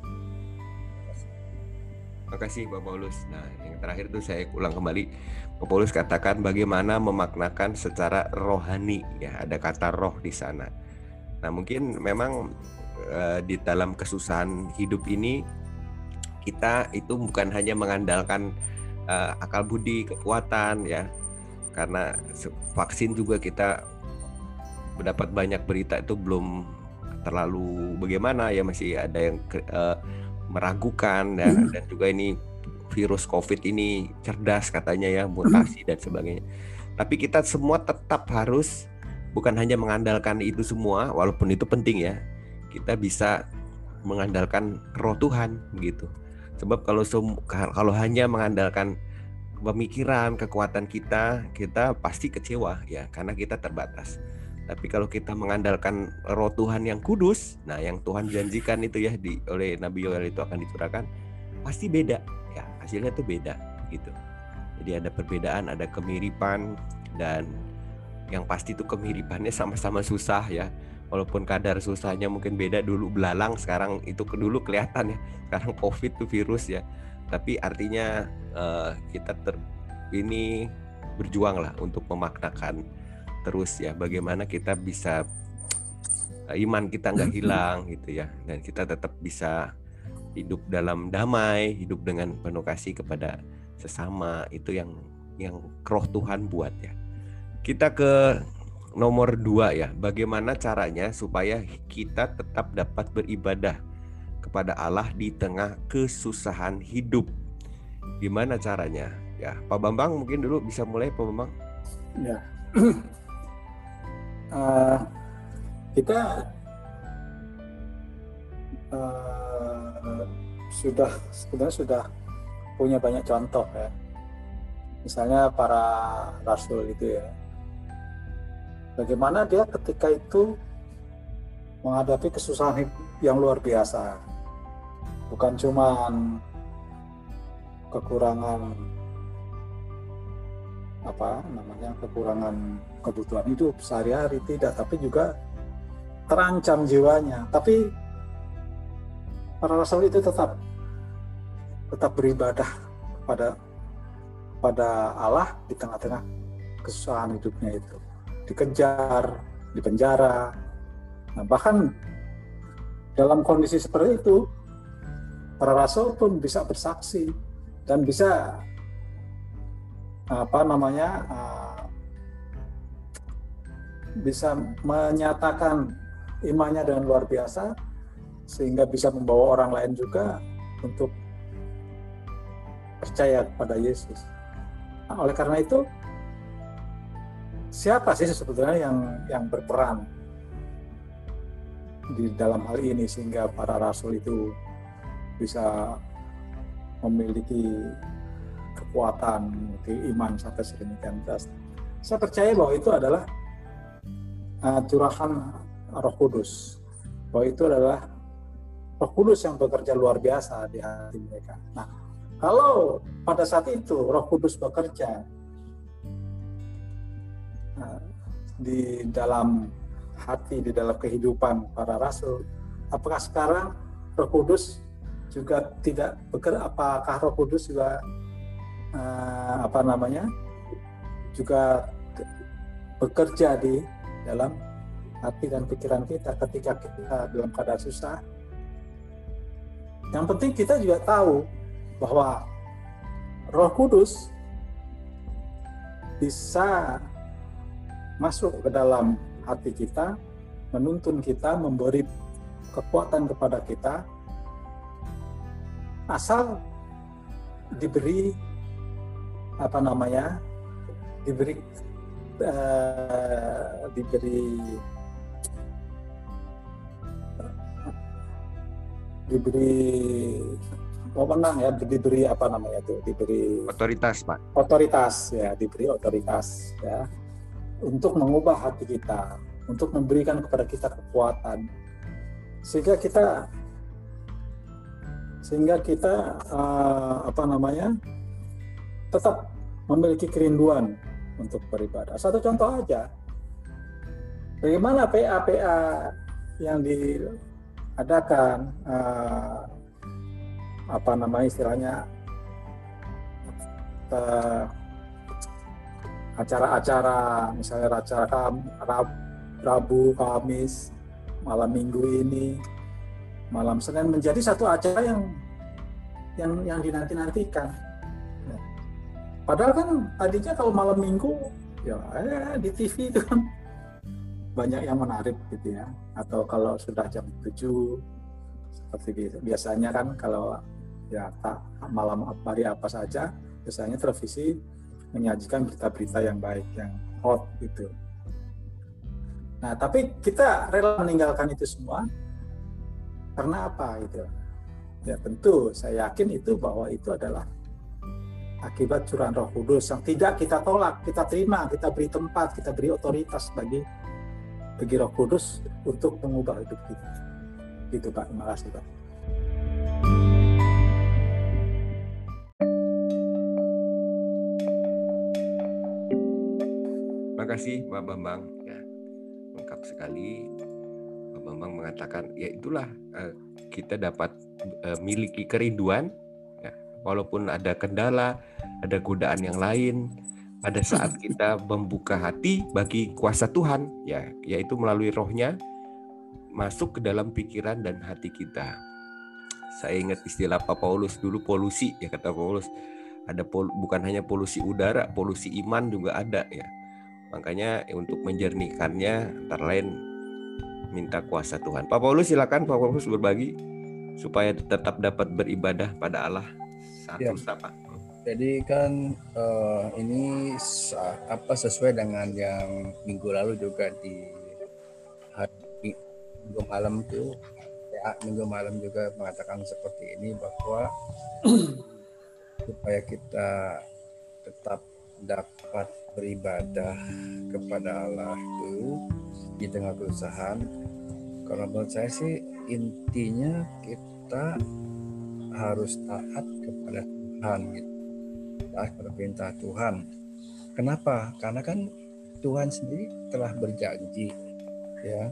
Terima kasih Pak Paulus. Nah, yang terakhir itu saya ulang kembali. Pak Paulus katakan bagaimana memaknakan secara rohani ya, ada kata roh di sana. Nah, mungkin memang eh, di dalam kesusahan hidup ini kita itu bukan hanya mengandalkan eh, akal budi, kekuatan ya. Karena vaksin juga kita mendapat banyak berita itu belum terlalu bagaimana ya, masih ada yang uh, meragukan ya, dan juga ini virus COVID ini cerdas katanya ya, mutasi dan sebagainya. Tapi kita semua tetap harus bukan hanya mengandalkan itu semua, walaupun itu penting ya, kita bisa mengandalkan roh Tuhan gitu. Sebab kalau kalau hanya mengandalkan pemikiran, kekuatan kita, kita pasti kecewa ya, karena kita terbatas. Tapi kalau kita mengandalkan roh Tuhan yang kudus, nah yang Tuhan janjikan itu ya di, oleh Nabi Yoel itu akan dicurahkan, pasti beda ya, hasilnya tuh beda gitu. Jadi ada perbedaan, ada kemiripan, dan yang pasti tuh kemiripannya sama-sama susah ya. Walaupun kadar susahnya mungkin beda, dulu belalang, sekarang itu dulu kelihatan ya, sekarang COVID tuh virus ya. Tapi artinya uh, kita ter, ini berjuang lah untuk memaknakan terus ya, bagaimana kita bisa uh, iman kita nggak hilang gitu ya, dan kita tetap bisa hidup dalam damai, hidup dengan penuh kasih kepada sesama. Itu yang yang roh Tuhan buat ya. Kita ke nomor dua ya, bagaimana caranya supaya kita tetap dapat beribadah kepada Allah di tengah kesusahan hidup. Gimana caranya? Ya, Pak Bambang mungkin dulu bisa mulai, Pak Bambang.
Ya, uh, kita uh, sudah sebenarnya sudah punya banyak contoh ya. Misalnya para rasul itu ya, bagaimana dia ketika itu menghadapi kesusahan yang luar biasa. Bukan cuma kekurangan apa namanya kekurangan kebutuhan hidup sehari-hari, tidak, tapi juga terancam jiwanya. Tapi para rasul itu tetap tetap beribadah kepada pada Allah di tengah-tengah kesusahan hidupnya itu, dikejar, dipenjara. Nah, bahkan dalam kondisi seperti itu, para rasul pun bisa bersaksi dan bisa apa namanya uh, bisa menyatakan imannya dengan luar biasa, sehingga bisa membawa orang lain juga untuk percaya kepada Yesus. Nah, oleh karena itu, siapa sih sebetulnya yang yang berperan di dalam hal ini sehingga para rasul itu bisa memiliki kekuatan, memiliki iman sampai sedemikian rupa. Saya percaya bahwa itu adalah uh, curahan Roh Kudus, bahwa itu adalah Roh Kudus yang bekerja luar biasa di hati mereka. Nah, kalau pada saat itu Roh Kudus bekerja uh, di dalam hati, di dalam kehidupan para rasul, apakah sekarang Roh Kudus juga tidak bekerja? Apakah Roh Kudus juga uh, apa namanya juga bekerja di dalam hati dan pikiran kita ketika kita dalam keadaan susah? Yang penting kita juga tahu bahwa Roh Kudus bisa masuk ke dalam hati kita, menuntun kita, memberi kekuatan kepada kita, asal diberi apa namanya, diberi uh, diberi diberi wewenang ya, diberi apa namanya itu, diberi
Otoritas, Pak.
Otoritas ya, diberi otoritas ya untuk mengubah hati kita, untuk memberikan kepada kita kekuatan sehingga kita sehingga kita uh, apa namanya tetap memiliki kerinduan untuk beribadah. Satu contoh aja, bagaimana P A P A yang diadakan uh, apa namanya istilahnya uh, acara-acara, misalnya acara Kam, Rab, Rabu, Kamis, malam Minggu ini, malam Senin menjadi satu acara yang yang yang dinanti-nantikan. Ya. Padahal kan tadinya kalau malam Minggu ya eh, di T V itu kan banyak yang menarik gitu ya. Atau kalau sudah jam tujuh seperti biasanya kan kalau ya tak malam hari apa saja, biasanya televisi menyajikan berita-berita yang baik, yang hot gitu. Nah, tapi kita rela meninggalkan itu semua karena apa gitu? Ya tentu saya yakin itu bahwa itu adalah akibat curahan Roh Kudus yang tidak kita tolak, kita terima, kita beri tempat, kita beri otoritas bagi bagi Roh Kudus untuk mengubah hidup kita. Gitu Pak, terima kasih Pak.
Terima kasih Pak Bambang, ya, lengkap sekali. Pak Bambang mengatakan ya itulah uh, kita dapat uh, miliki kerinduan ya, walaupun ada kendala, ada godaan yang lain, pada saat kita membuka hati bagi kuasa Tuhan ya, yaitu melalui rohnya masuk ke dalam pikiran dan hati kita. Saya ingat istilah Pak Paulus dulu, polusi ya, kata Paulus, ada pol, bukan hanya polusi udara, polusi iman juga ada ya. Makanya untuk menjernihkannya antara lain minta kuasa Tuhan. Pak Paulus silakan, Pak Paulus berbagi supaya tetap dapat beribadah pada Allah satu
ya.
Pak.
Jadi kan uh, ini apa sesuai dengan yang minggu lalu juga di hari minggu malam itu ya, minggu malam juga mengatakan seperti ini bahwa supaya kita tetap dapat beribadah kepada Allah itu di tengah kesusahan. Kalau menurut saya sih intinya kita harus taat kepada Tuhan gitu. Taat kepada perintah Tuhan. Kenapa? Karena kan Tuhan sendiri telah berjanji ya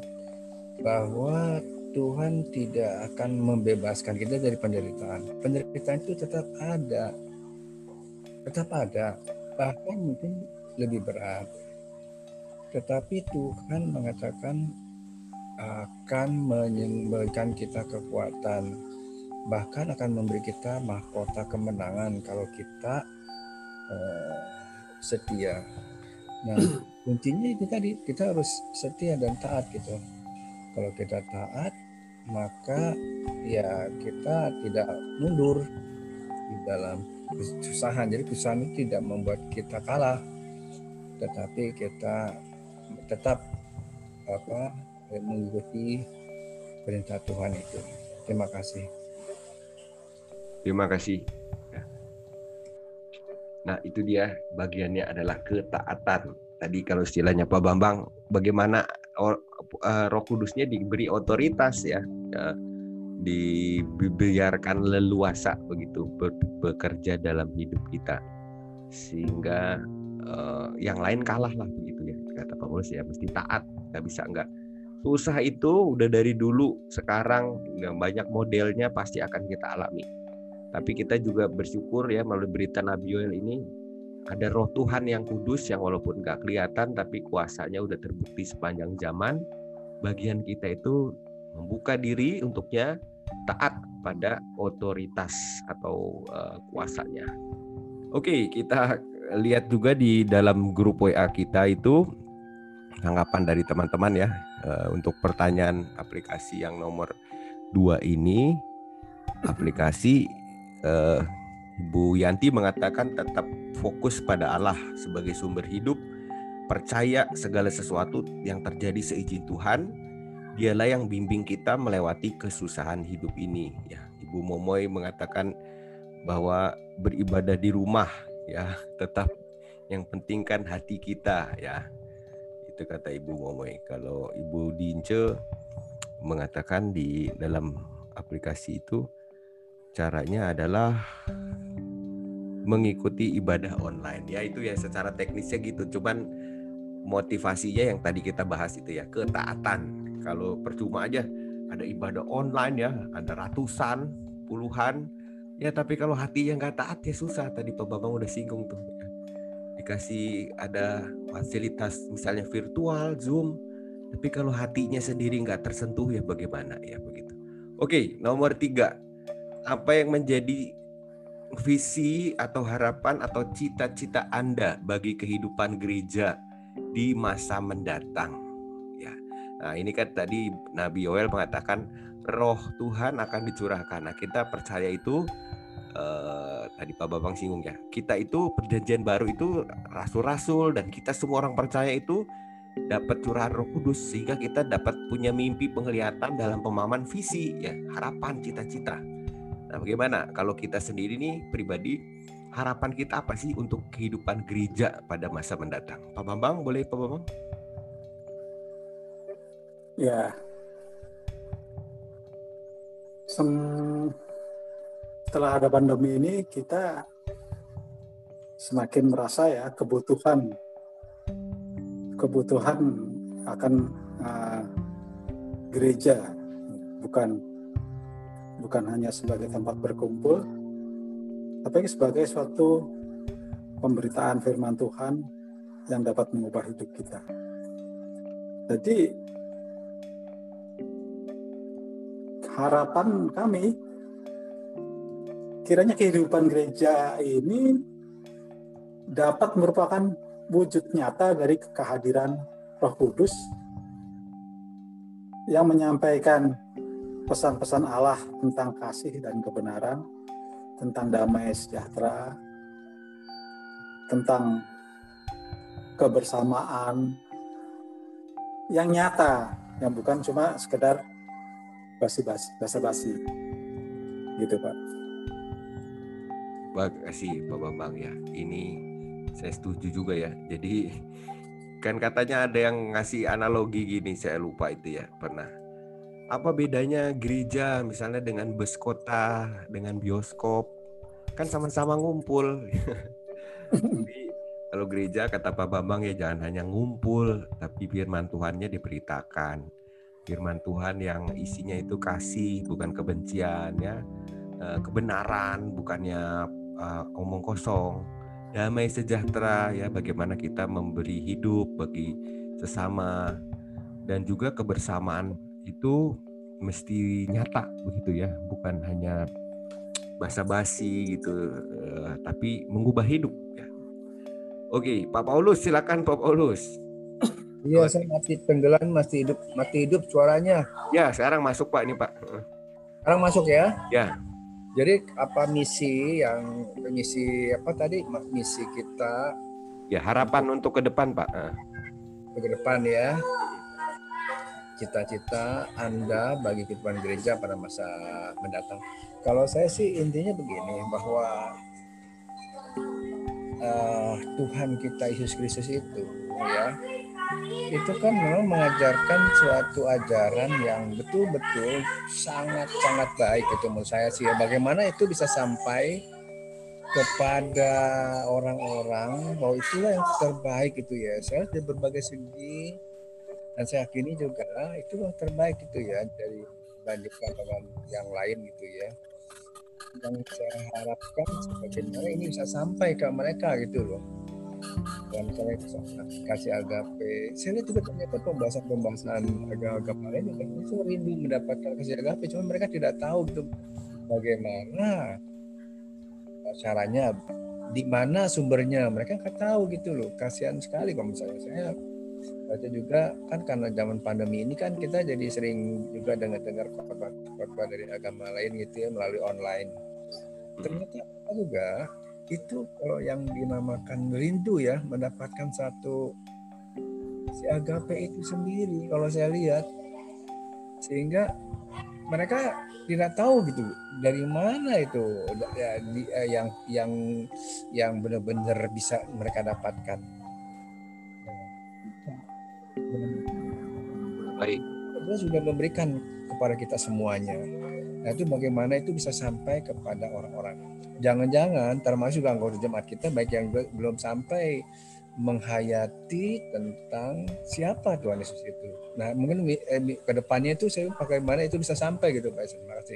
bahwa Tuhan tidak akan membebaskan kita dari penderitaan. Penderitaan itu tetap ada. Tetap ada. Bahkan mungkin lebih berat. Tetapi Tuhan mengatakan akan memberikan kita kekuatan, bahkan akan memberi kita mahkota kemenangan kalau kita uh, setia. Nah, kuncinya itu tadi, kita harus setia dan taat gitu. Kalau kita taat, maka ya kita tidak mundur di dalam kesusahan. Jadi kesusahan itu tidak membuat kita kalah, tetapi kita tetap apa? mengikuti perintah Tuhan itu. Terima kasih.
Terima kasih. Nah, itu dia bagiannya adalah ketaatan. Tadi kalau istilahnya Pak Bambang, bagaimana Roh Kudusnya diberi otoritas ya, ya dibiarkan leluasa begitu bekerja dalam hidup kita, sehingga uh, yang lain kalah lah begitu ya, kata Pak Paulus ya, mesti taat, nggak bisa enggak. Susah itu udah dari dulu, sekarang banyak modelnya pasti akan kita alami. Tapi kita juga bersyukur ya melalui berita Nabi Yoel ini ada Roh Tuhan yang kudus yang walaupun nggak kelihatan tapi kuasanya udah terbukti sepanjang zaman. Bagian kita itu membuka diri untuknya taat pada otoritas atau uh, kuasanya. Oke, kita lihat juga di dalam grup W A kita itu tanggapan dari teman-teman ya uh, untuk pertanyaan aplikasi yang nomor dua ini. Aplikasi uh, Ibu Yanti mengatakan tetap fokus pada Allah sebagai sumber hidup, percaya segala sesuatu yang terjadi seizin Tuhan, dialah yang bimbing kita melewati kesusahan hidup ini. Ya, Ibu Momoy mengatakan bahwa beribadah di rumah ya, tetap yang penting kan hati kita ya. Itu kata Ibu Momoy. Kalau Ibu Dince mengatakan di dalam aplikasi itu caranya adalah mengikuti ibadah online. Ya itu ya secara teknisnya gitu. Cuman motivasinya yang tadi kita bahas itu ya, ketaatan. Kalau percuma aja ada ibadah online ya, ada ratusan, puluhan. Ya tapi kalau hatinya nggak taat ya susah. Tadi Pak Bambang udah singgung tuh. Ya. Dikasih ada fasilitas misalnya virtual, Zoom. Tapi kalau hatinya sendiri nggak tersentuh ya bagaimana ya begitu. Oke, nomor tiga. Apa yang menjadi visi atau harapan atau cita-cita Anda bagi kehidupan gereja di masa mendatang? Ya, nah ini kan tadi Nabi Yoel mengatakan Roh Tuhan akan dicurahkan. Nah kita percaya itu eh, tadi Pak Bambang singgung ya. Kita itu perjanjian baru itu rasul-rasul dan kita semua orang percaya itu dapat curahan Roh Kudus sehingga kita dapat punya mimpi penglihatan dalam pemahaman visi ya, harapan, cita-cita. Nah, bagaimana kalau kita sendiri nih pribadi, harapan kita apa sih untuk kehidupan gereja pada masa mendatang? Pak Bambang, boleh Pak Bambang?
Ya, Sem- setelah ada pandemi ini kita semakin merasa ya kebutuhan kebutuhan akan uh, gereja, bukan bukan hanya sebagai tempat berkumpul, tapi sebagai suatu pemberitaan firman Tuhan yang dapat mengubah hidup kita. Jadi harapan kami kiranya kehidupan gereja ini dapat merupakan wujud nyata dari kehadiran Roh Kudus yang menyampaikan pesan-pesan Allah tentang kasih dan kebenaran, tentang damai sejahtera, tentang kebersamaan yang nyata, yang bukan cuma sekedar basa-basi, basa-basi. Gitu, Pak.
Terima kasih Pak Bambang ya. Ini saya setuju juga ya. Jadi kan katanya ada yang ngasih analogi gini, saya lupa itu ya, pernah. Apa bedanya gereja misalnya dengan bus kota, dengan bioskop? Kan sama-sama ngumpul. Jadi kalau gereja kata Pak Bambang ya jangan hanya ngumpul, tapi firman Tuhannya diberitakan. Firman Tuhan yang isinya itu kasih, bukan kebencian ya. Kebenaran, bukannya uh, omong kosong. Damai sejahtera ya, bagaimana kita memberi hidup bagi sesama, dan juga kebersamaan itu mesti nyata begitu ya, bukan hanya basa-basi gitu, uh, tapi mengubah hidup ya. Oke, Pak Paulus silakan Pak Paulus.
Iya, saya mati tenggelam, masih hidup, mati hidup suaranya.
Ya, sekarang masuk Pak ini Pak.
Sekarang masuk ya?
Ya.
Jadi apa misi yang misi apa tadi misi kita?
Ya, harapan untuk ke depan Pak.
Ke depan ya. Cita-cita Anda bagi kehidupan gereja pada masa mendatang. Kalau saya sih intinya begini, bahwa uh, Tuhan kita Yesus Kristus itu ya, itu kan memang mengajarkan suatu ajaran yang betul-betul sangat-sangat baik itu menurut saya sih ya. Bagaimana itu bisa sampai kepada orang-orang bahwa itulah yang terbaik itu ya. Saya dari berbagai segi, dan saya yakini juga itu yang terbaik itu ya dari bandingkan dengan yang lain gitu ya. Yang saya harapkan bagaimana ini bisa sampai ke mereka gitu loh. Dan misalnya kasih agape, saya lihat juga ternyata pembahasan-pembahasan agama-agama lain juga itu rindu mendapatkan kasih agape, cuma mereka tidak tahu gitu bagaimana caranya, di mana sumbernya, mereka nggak tahu gitu loh. Kasihan sekali kalau misalnya saya baca juga kan, karena zaman pandemi ini kan kita jadi sering juga dengar-dengar khotbah dari agama lain gitu ya melalui online. Ternyata juga itu kalau yang dinamakan rindu ya mendapatkan satu si agape itu sendiri kalau saya lihat, sehingga mereka tidak tahu gitu dari mana itu ya, di, eh, yang yang yang benar-benar bisa mereka dapatkan.
Baik.
Dia sudah memberikan kepada kita semuanya. Nah itu bagaimana itu bisa sampai kepada orang-orang. Jangan-jangan termasuk anggota jemaat kita baik yang belum sampai menghayati tentang siapa Tuhan Yesus itu. Nah mungkin eh, ke depannya itu saya bagaimana itu bisa sampai gitu Pak. Terima kasih.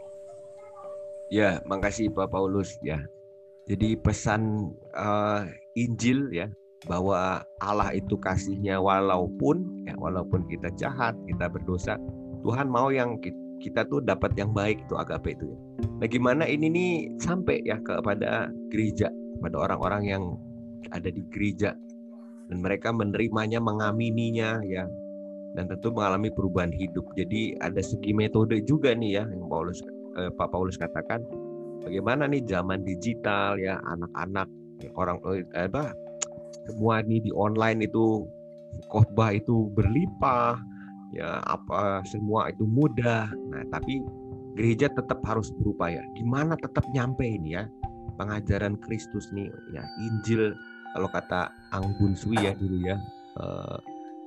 Ya, makasih Pak Paulus ya. Jadi pesan uh, Injil ya, bahwa Allah itu kasihnya walaupun ya walaupun kita jahat, kita berdosa, Tuhan mau yang kita, kita tuh dapat yang baik, itu agape itu ya. Nah, gimana ini nih sampai ya kepada gereja, pada orang-orang yang ada di gereja, dan mereka menerimanya, mengamininya ya, dan tentu mengalami perubahan hidup. Jadi ada segi metode juga nih ya yang Paulus eh, Pak Paulus katakan. Bagaimana nih zaman digital ya, anak-anak orang apa semua nih di online itu khotbah itu berlimpah ya, apa semua itu mudah. Nah tapi gereja tetap harus berupaya gimana tetap nyampe ini ya pengajaran Kristus nih ya, Injil. Kalau kata Anggun Sui ya dulu ya, eh,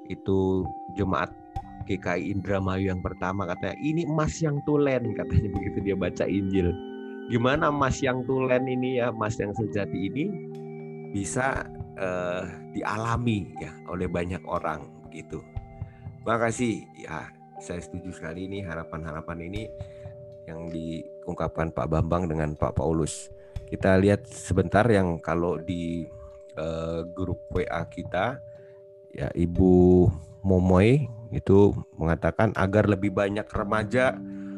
itu jemaat G K I Indramayu yang pertama, katanya ini emas yang tulen, katanya begitu dia baca Injil. Gimana emas yang tulen ini ya, emas yang sejati ini bisa eh, dialami ya oleh banyak orang begitu. Terima kasih ya, saya setuju sekali ini harapan-harapan ini yang diungkapkan Pak Bambang dengan Pak Paulus. Kita lihat sebentar yang kalau di eh, grup W A kita ya, Ibu Momoy itu mengatakan agar lebih banyak remaja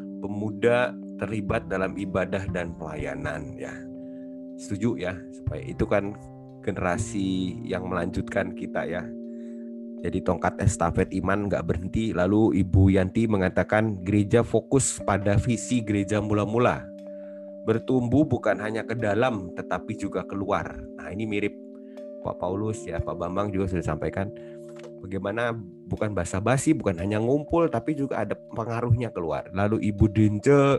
pemuda terlibat dalam ibadah dan pelayanan ya. Setuju ya, supaya itu kan generasi yang melanjutkan kita ya. Jadi tongkat estafet iman nggak berhenti. Lalu Ibu Yanti mengatakan gereja fokus pada visi gereja mula-mula, bertumbuh bukan hanya ke dalam tetapi juga keluar. Nah ini mirip Pak Paulus ya, Pak Bambang juga sudah sampaikan bagaimana bukan basa-basi, bukan hanya ngumpul, tapi juga ada pengaruhnya keluar. Lalu Ibu Dince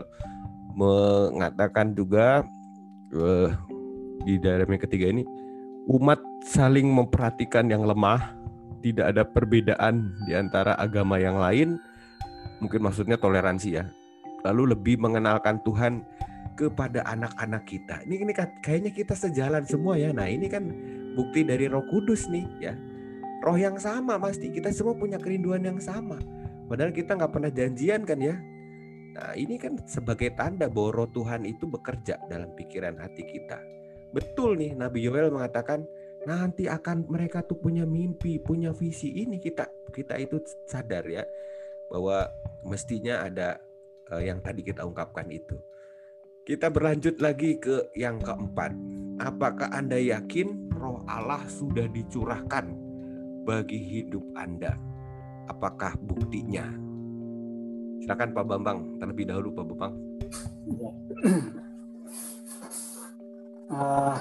mengatakan juga uh, di dalam yang ketiga ini, umat saling memperhatikan yang lemah, tidak ada perbedaan di antara agama yang lain, mungkin maksudnya toleransi ya. Lalu lebih mengenalkan Tuhan kepada anak-anak kita. Ini, ini kayaknya kita sejalan semua ya. Nah ini kan bukti dari Roh Kudus nih ya. Roh yang sama pasti, kita semua punya kerinduan yang sama. Padahal kita nggak pernah janjian kan ya. Nah ini kan sebagai tanda bahwa Roh Tuhan itu bekerja dalam pikiran hati kita. Betul nih, Nabi Yoel mengatakan nanti akan mereka tuh punya mimpi, punya visi. Ini kita kita itu sadar ya bahwa mestinya ada uh, yang tadi kita ungkapkan itu. Kita berlanjut lagi ke yang keempat. Apakah Anda yakin Roh Allah sudah dicurahkan bagi hidup Anda? Apakah buktinya? Silakan Pak Bambang, terlebih dahulu Pak Bambang.
Ya. uh,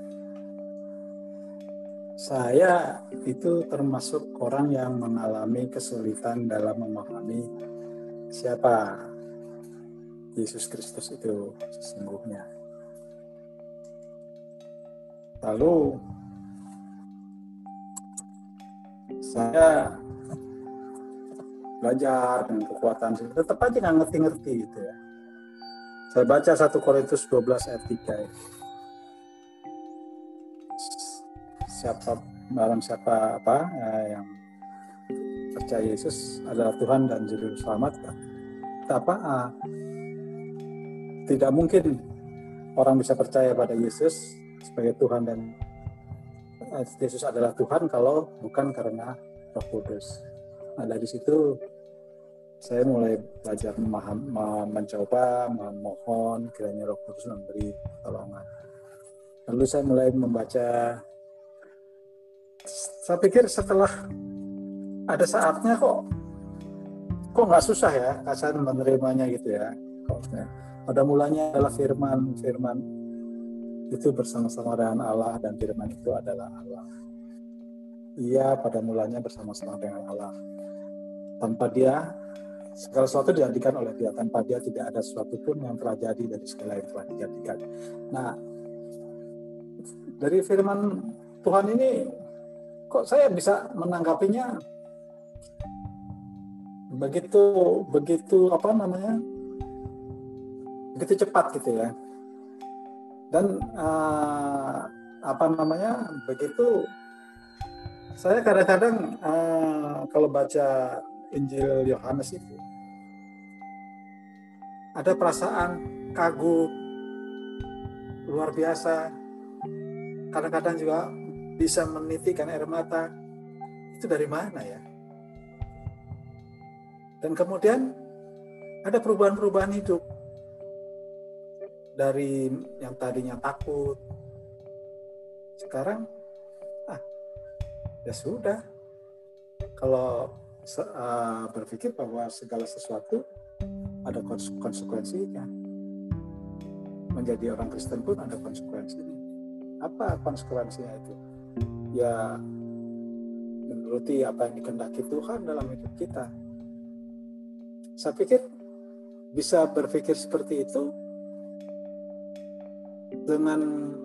saya itu termasuk orang yang mengalami kesulitan dalam memahami siapa Yesus Kristus itu sesungguhnya. Lalu saya belajar dengan kekuatan saya, tetap aja nggak ngerti-ngerti gitu ya. Saya baca satu Korintus dua belas ayat tiga. Siapa barang siapa apa eh, yang percaya Yesus adalah Tuhan dan Juru Selamat, apa ah, tidak mungkin orang bisa percaya pada Yesus sebagai Tuhan dan eh, Yesus adalah Tuhan kalau bukan karena Roh Kudus. Nah, dari situ saya mulai belajar memaham, mencoba, memohon kiranya Roh Kudus memberi pertolongan. Lalu saya mulai membaca. Saya pikir setelah ada saatnya kok kok nggak susah ya saya menerimanya gitu ya. Pada mulanya adalah firman, firman itu bersama-sama dengan Allah dan firman itu adalah Allah. Ia pada mulanya bersama-sama dengan Allah. Tanpa dia segala sesuatu dijadikan oleh dia, tanpa dia tidak ada sesuatu pun yang telah jadi dari segala yang telah dijadikan. Nah, dari firman Tuhan ini kok saya bisa menanggapinya begitu begitu apa namanya begitu cepat gitu ya, dan uh, apa namanya begitu saya kadang-kadang uh, kalau baca Injil Yohanes itu ada perasaan kagum luar biasa, kadang-kadang juga bisa menitikan air mata. Itu dari mana ya? Dan kemudian ada perubahan-perubahan hidup. Dari yang tadinya takut, sekarang ah ya sudah. Kalau uh, berpikir bahwa segala sesuatu ada konsekuensinya. Menjadi orang Kristen pun ada konsekuensinya. Apa konsekuensinya itu? Ya menuruti apa yang dikehendaki Tuhan dalam hidup kita. Saya pikir bisa berpikir seperti itu dengan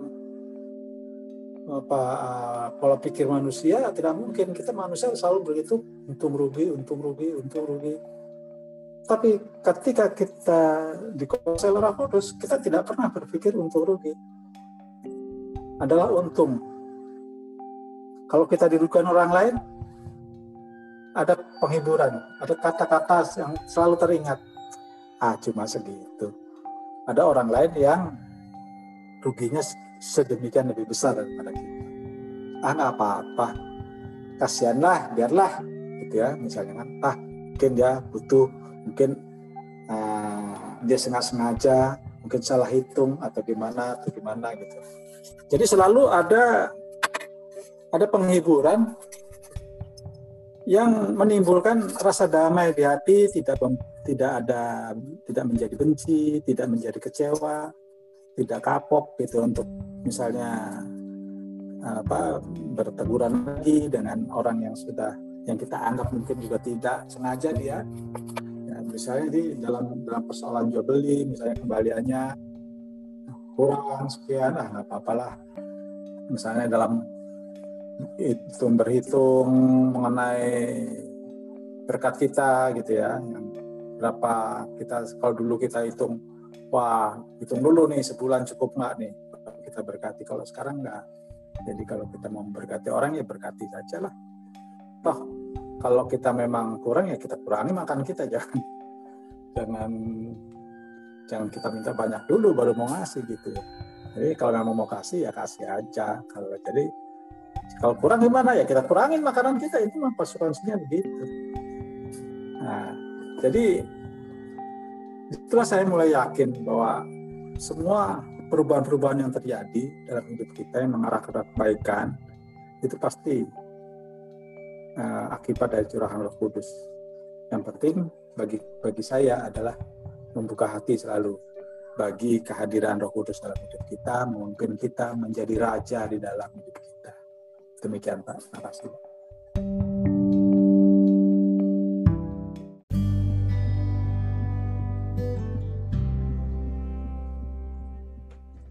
apa pola pikir manusia tidak mungkin. Kita manusia selalu begitu, untung rugi, untung rugi, untung rugi. Tapi ketika kita dikuasai oleh Roh Kudus, kita tidak pernah berpikir untung rugi. Adalah untung. Kalau kita dirugikan orang lain, ada penghiburan, ada kata-kata yang selalu teringat. Ah, cuma segitu. Ada orang lain yang ruginya sedemikian lebih besar daripada kita. Ah, nggak apa-apa. Kasihanlah, biarlah, gitu ya. Misalnya kan, ah, mungkin dia butuh, mungkin uh, dia sengaja, mungkin salah hitung atau gimana, atau gimana gitu. Jadi selalu ada ada penghiburan yang menimbulkan rasa damai di hati, tidak tidak ada tidak menjadi benci, tidak menjadi kecewa, tidak kapok gitu untuk misalnya apa berteguran lagi dengan orang yang sudah yang kita anggap mungkin juga tidak sengaja dia ya, misalnya di dalam dalam persoalan jual beli misalnya kembaliannya kurang sekian, ah nggak apa-apalah. Misalnya dalam hitung berhitung mengenai berkat kita gitu ya, yang berapa kita kalau dulu kita hitung, wah hitung dulu nih sebulan cukup nggak nih kita berkati, kalau sekarang nggak. Jadi kalau kita mau memberkati orang ya berkati saja lah. Toh kalau kita memang kurang ya kita kurangi makan kita, jangan jangan jangan kita minta banyak dulu baru mau ngasih gitu. Jadi kalau memang mau kasih ya kasih aja. Kalau jadi kalau kurang gimana ya kita kurangin makanan kita, itu mah konsekuensinya begitu. Nah, jadi setelah saya mulai yakin bahwa semua perubahan-perubahan yang terjadi dalam hidup kita yang mengarah ke kebaikan itu pasti uh, akibat dari curahan Roh Kudus. Yang penting bagi bagi saya adalah membuka hati selalu bagi kehadiran Roh Kudus dalam hidup kita, memimpin kita menjadi raja di dalam hidup kita. Demikian Pak, terima kasih.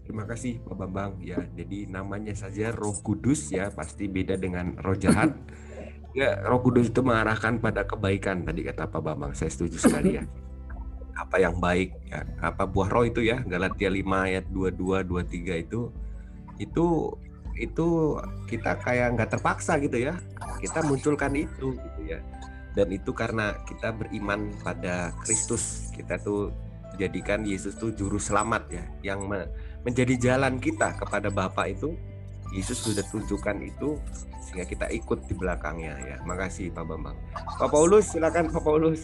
Terima kasih Pak Bambang ya. Jadi namanya saja Roh Kudus ya, pasti beda dengan roh jahat. Ya, Roh Kudus itu mengarahkan pada kebaikan tadi kata Pak Bambang. Saya setuju sekali ya. Apa yang baik ya, apa buah roh itu ya, Galatia lima ayat dua puluh dua dua puluh tiga itu itu itu kita kayak nggak terpaksa gitu ya. Kita munculkan itu gitu ya. Dan itu karena kita beriman pada Kristus. Kita tuh jadikan Yesus tuh juru selamat ya, yang me- menjadi jalan kita kepada Bapa itu. Yesus sudah tunjukkan itu sehingga kita ikut di belakangnya ya. Makasih Pak Bambang. Pak Paulus, silakan Pak Paulus.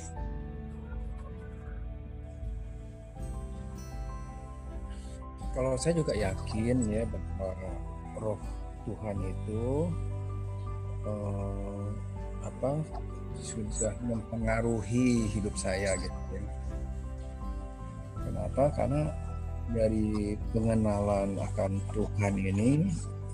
Kalau saya juga yakin ya bahwa Roh Tuhan itu eh, apa sudah mempengaruhi hidup saya gitu ya. Kenapa? Karena dari pengenalan akan Tuhan ini,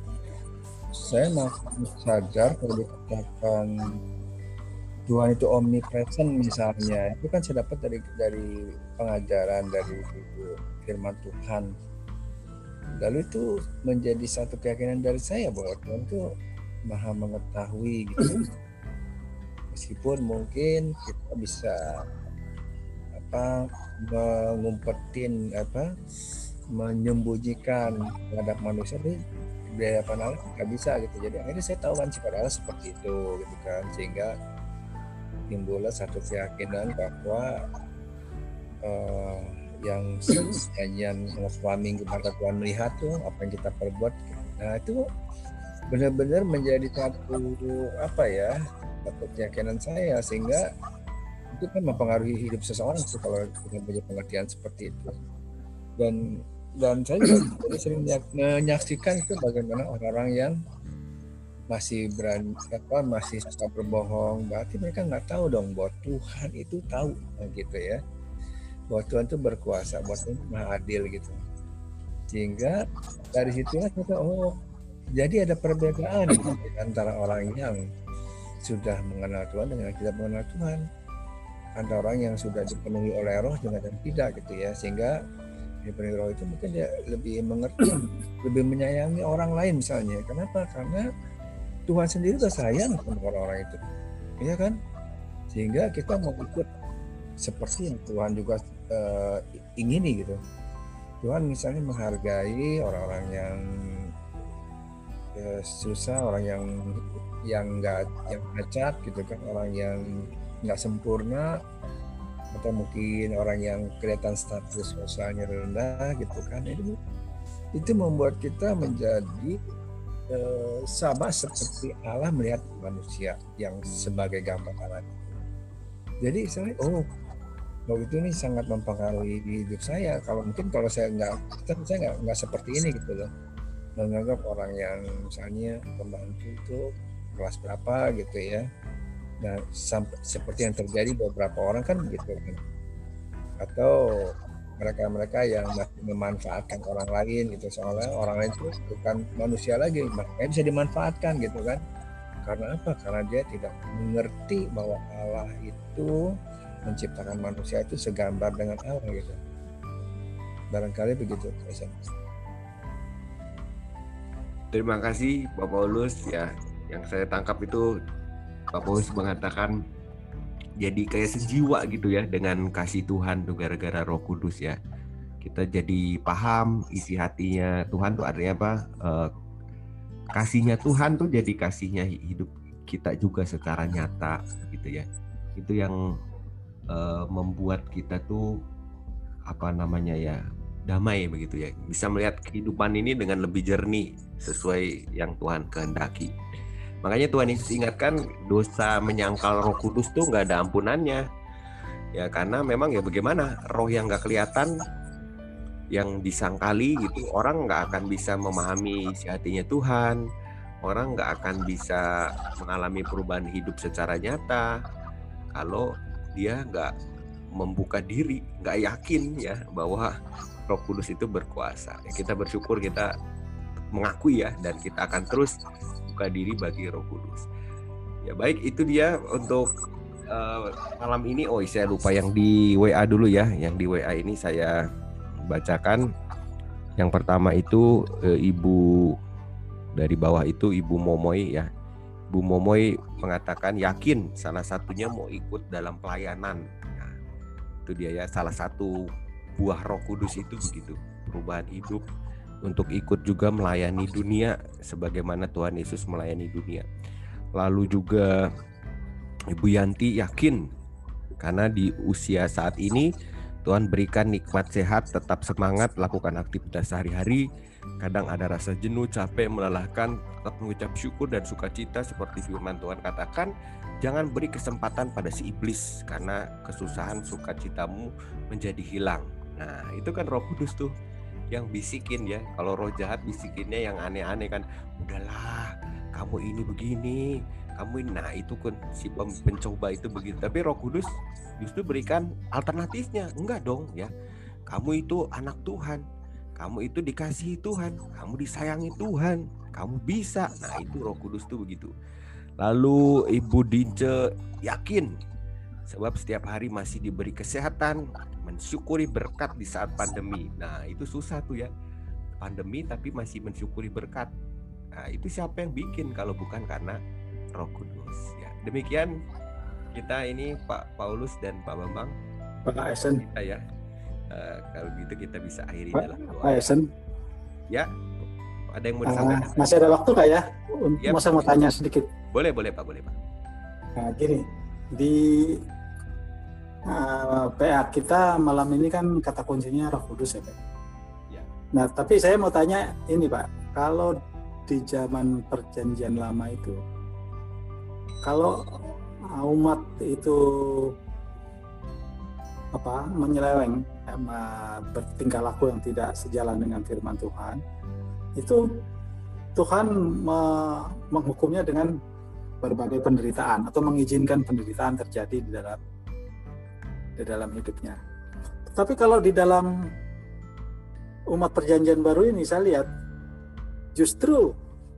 saya makin sadar kalau dikatakan Tuhan itu omnipresent misalnya, itu kan saya dapat dari dari pengajaran dari firman Tuhan. Lalu itu menjadi satu keyakinan dari saya bahwa Tuhan itu maha mengetahui gitu. Meskipun mungkin kita bisa apa mengumpetin apa menyembunyikan terhadap manusia, tapi di hadapan Allah nggak bisa gitu. Jadi akhirnya saya tahu kan sifat Allah seperti itu gitu kan, sehingga timbullah satu keyakinan bahwa uh, yang nyanyian suami mata Tuhan melihat tuh apa yang kita perbuat. Nah itu benar-benar menjadi satu apa ya satu keyakinan saya, sehingga itu kan mempengaruhi hidup seseorang tuh kalau kita punya pengertian seperti itu. Dan dan saya juga sering menyaksikan itu bagaimana orang-orang yang masih berani apa masih suka berbohong, berarti mereka nggak tahu dong bahwa Tuhan itu tahu gitu ya, bahwa Tuhan itu berkuasa, bahwa Tuhan itu maha adil gitu. Sehingga dari situlah kita oh jadi ada perbedaan gitu, antara orang yang sudah mengenal Tuhan dengan yang tidak mengenal Tuhan. Ada orang yang sudah dipenuhi oleh roh dengan yang tidak gitu ya, sehingga dipenuhi roh itu mungkin dia lebih mengerti, lebih menyayangi orang lain misalnya. Kenapa? Karena Tuhan sendiri udah sayang sama orang-orang itu, iya kan? Sehingga kita mau ikut seperti yang Tuhan juga uh, ingini gitu. Tuhan misalnya menghargai orang-orang yang uh, susah, orang yang yang nggak yang cacat gitu kan, orang yang nggak sempurna, atau mungkin orang yang kelihatan status sosialnya rendah gitu kan. Itu itu membuat kita menjadi eh, sama seperti Allah melihat manusia yang sebagai gambar Allah. Jadi saya oh begitu ini sangat mempengaruhi hidup saya. Kalau mungkin kalau saya nggak saya nggak nggak seperti ini gitu loh, menganggap orang yang misalnya pembantu itu kelas berapa gitu ya. Nah, sampai, seperti yang terjadi beberapa orang kan begitu kan, atau mereka-mereka yang masih memanfaatkan orang lain gitu, soalnya orang lain itu bukan manusia lagi, makanya bisa dimanfaatkan gitu kan. Karena apa? Karena dia tidak mengerti bahwa Allah itu menciptakan manusia itu segambar dengan Allah gitu. Barangkali begitu.
Terima kasih Pak Paulus ya. Yang saya tangkap itu Pak Paulus mengatakan jadi kayak sejiwa gitu ya dengan kasih Tuhan tuh gara-gara Roh Kudus ya. Kita jadi paham isi hatinya Tuhan tuh artinya apa? Eh, kasihnya Tuhan tuh jadi kasihnya hidup kita juga secara nyata gitu ya. Itu yang eh, membuat kita tuh apa namanya ya damai begitu ya. Bisa melihat kehidupan ini dengan lebih jernih sesuai yang Tuhan kehendaki. Makanya Tuhan Yesus ingatkan dosa menyangkal Roh Kudus tuh nggak ada ampunannya. Ya karena memang ya bagaimana roh yang nggak kelihatan, yang disangkali gitu, orang nggak akan bisa memahami isi hatinya Tuhan. Orang nggak akan bisa mengalami perubahan hidup secara nyata kalau dia nggak membuka diri, nggak yakin ya bahwa Roh Kudus itu berkuasa. Ya, kita bersyukur kita mengakui ya, dan kita akan terus buka diri bagi Roh Kudus. Ya baik, itu dia untuk uh, malam ini. Oh saya lupa yang di W A dulu ya. Yang di W A ini saya bacakan. Yang pertama itu eh, ibu dari bawah itu Ibu Momoy ya. Ibu Momoy mengatakan yakin salah satunya mau ikut dalam pelayanan. Nah, itu dia ya, salah satu buah Roh Kudus itu begitu, perubahan hidup untuk ikut juga melayani dunia sebagaimana Tuhan Yesus melayani dunia. Lalu juga Ibu Yanti yakin karena di usia saat ini Tuhan berikan nikmat sehat, tetap semangat lakukan aktivitas sehari-hari. Kadang ada rasa jenuh, capek, melelahkan, tetap mengucap syukur dan sukacita seperti firman Tuhan katakan. Jangan beri kesempatan pada si iblis karena kesusahan sukacitamu menjadi hilang. Nah, itu kan Roh Kudus tuh yang bisikin ya. Kalau roh jahat bisikinnya yang aneh-aneh kan. Udahlah, kamu ini begini, kamu ini. Nah, itu kan si pencoba itu begitu. Tapi Roh Kudus justru berikan alternatifnya. Enggak dong ya. Kamu itu anak Tuhan. Kamu itu dikasihi Tuhan, kamu disayangi Tuhan, kamu bisa. Nah, itu Roh Kudus tuh begitu. Lalu Ibu Dince yakin sebab setiap hari masih diberi kesehatan, mensyukuri berkat di saat pandemi. Nah, itu susah tuh ya. Pandemi tapi masih mensyukuri berkat. Nah, itu siapa yang bikin kalau bukan karena Roh Kudus ya. Demikian kita ini Pak Paulus dan Pak Bambang.
Pak Esen.
Kita ya. Uh, kalau gitu kita bisa akhiri
Pak,
dalam doa.
Pak Esen.
Ya, ada yang mau
Uh,
disampaikan?
masih ada waktu nggak ya?
Ya,
Masa mau tanya sedikit?
Boleh, boleh Pak, boleh Pak.
Nah, gini, di uh, P A kita malam ini kan kata kuncinya Roh Kudus ya Pak.
Ya.
Nah, tapi saya mau tanya ini Pak, kalau di zaman Perjanjian Lama itu, kalau umat itu apa menyeleweng, bertingkah laku yang tidak sejalan dengan firman Tuhan, itu Tuhan me- menghukumnya dengan berbagai penderitaan atau mengizinkan penderitaan terjadi di dalam di dalam hidupnya. Tapi kalau di dalam umat Perjanjian Baru ini saya lihat justru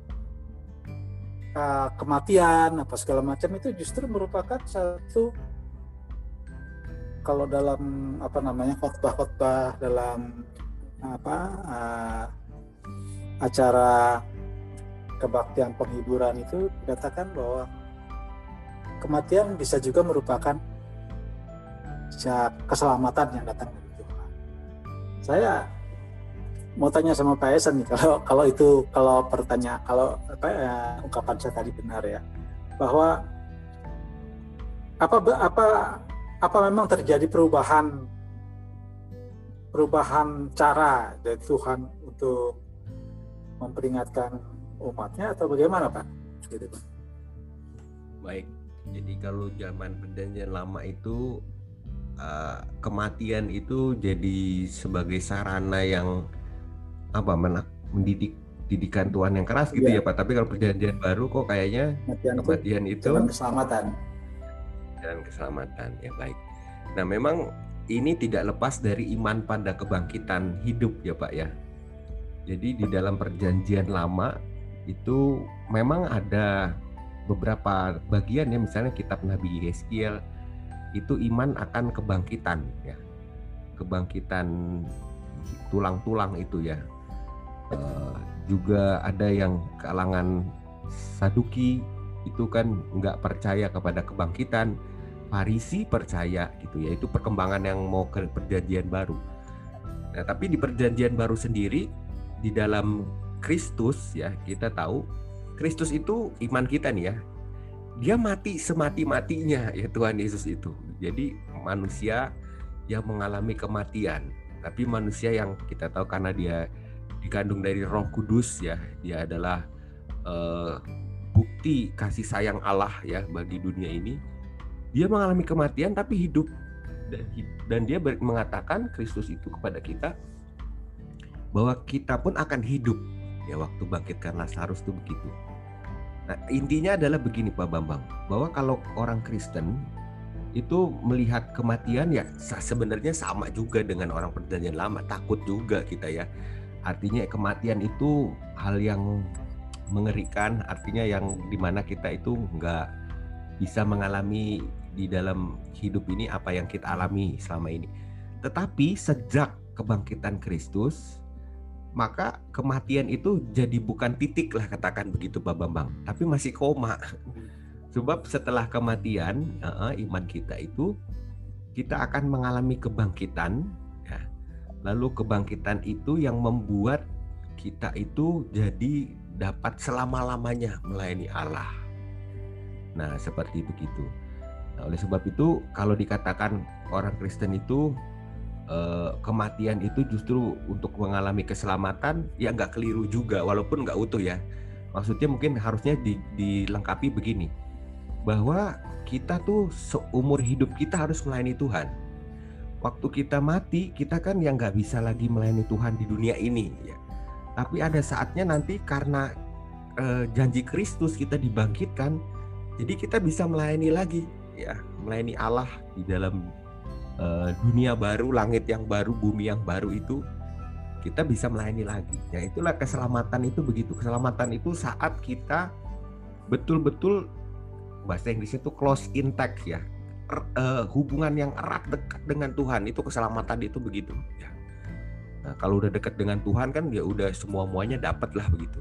uh, kematian apa segala macam itu justru merupakan satu, kalau dalam apa namanya khotbah-khotbah dalam apa uh, acara kebaktian penghiburan itu dikatakan bahwa kematian bisa juga merupakan keselamatan yang datang dari Tuhan. Saya mau tanya sama Pak Esen nih, kalau kalau itu kalau pertanyaan kalau apa eh, ungkapan saya tadi benar ya, bahwa apa apa apa memang terjadi perubahan perubahan cara dari Tuhan untuk memperingatkan umatnya atau bagaimana Pak? Gitu, Pak.
Baik, jadi kalau zaman Perjanjian Lama itu uh, kematian itu jadi sebagai sarana yang apa menak mendidik didikan Tuhan yang keras gitu ya, ya Pak. Tapi kalau Perjanjian Baru kok kayaknya kematian, kematian itu, itu
jalan keselamatan.
Jalan keselamatan ya, baik. Nah, memang ini tidak lepas dari iman pada kebangkitan hidup ya Pak ya. Jadi di dalam Perjanjian Lama itu memang ada beberapa bagian ya, misalnya kitab Nabi Yeskiel itu iman akan kebangkitan ya, kebangkitan tulang-tulang itu ya. E, juga ada yang kalangan Saduki itu kan nggak percaya kepada kebangkitan, Farisi percaya gitu ya. Itu perkembangan yang mau ke Perjanjian Baru. Nah, tapi di Perjanjian Baru sendiri di dalam Kristus ya, kita tahu Kristus itu iman kita nih ya. Dia mati semati-matinya ya Tuhan Yesus itu. Jadi manusia yang mengalami kematian, tapi manusia yang kita tahu karena dia dikandung dari Roh Kudus ya, dia adalah uh, bukti kasih sayang Allah ya bagi dunia ini. Dia mengalami kematian tapi hidup, dan, dan dia ber, mengatakan Kristus itu kepada kita bahwa kita pun akan hidup ya waktu bangkitkan Lazarus itu begitu. Nah, intinya adalah begini Pak Bambang, bahwa kalau orang Kristen itu melihat kematian ya sebenarnya sama juga dengan orang Perjanjian Lama, takut juga kita ya. Artinya kematian itu hal yang mengerikan, artinya yang dimana kita itu nggak bisa mengalami di dalam hidup ini apa yang kita alami selama ini. Tetapi sejak kebangkitan Kristus, maka kematian itu jadi bukan titik lah, katakan begitu Pak Bambang, tapi masih koma. Sebab setelah kematian, uh, iman kita itu kita akan mengalami kebangkitan, ya. Lalu kebangkitan itu yang membuat kita itu jadi dapat selama-lamanya melayani Allah. Nah, seperti begitu. Nah, oleh sebab itu kalau dikatakan orang Kristen itu eh, kematian itu justru untuk mengalami keselamatan, ya nggak keliru juga, walaupun nggak utuh ya. Maksudnya mungkin harusnya di, dilengkapi begini, bahwa kita tuh seumur hidup kita harus melayani Tuhan. Waktu kita mati, kita kan yang nggak bisa lagi melayani Tuhan di dunia ini, ya. Tapi ada saatnya nanti karena eh, janji Kristus kita dibangkitkan, jadi kita bisa melayani lagi, ya, melayani Allah di dalam uh, dunia baru, langit yang baru, bumi yang baru itu kita bisa melayani lagi. Ya, itulah keselamatan itu begitu. Keselamatan itu saat kita betul-betul, bahasa Inggrisnya itu close intact, ya, er, uh, hubungan yang erat dekat dengan Tuhan, itu keselamatan itu begitu. Ya. Nah, kalau udah dekat dengan Tuhan kan ya udah semua-muanya dapat lah begitu.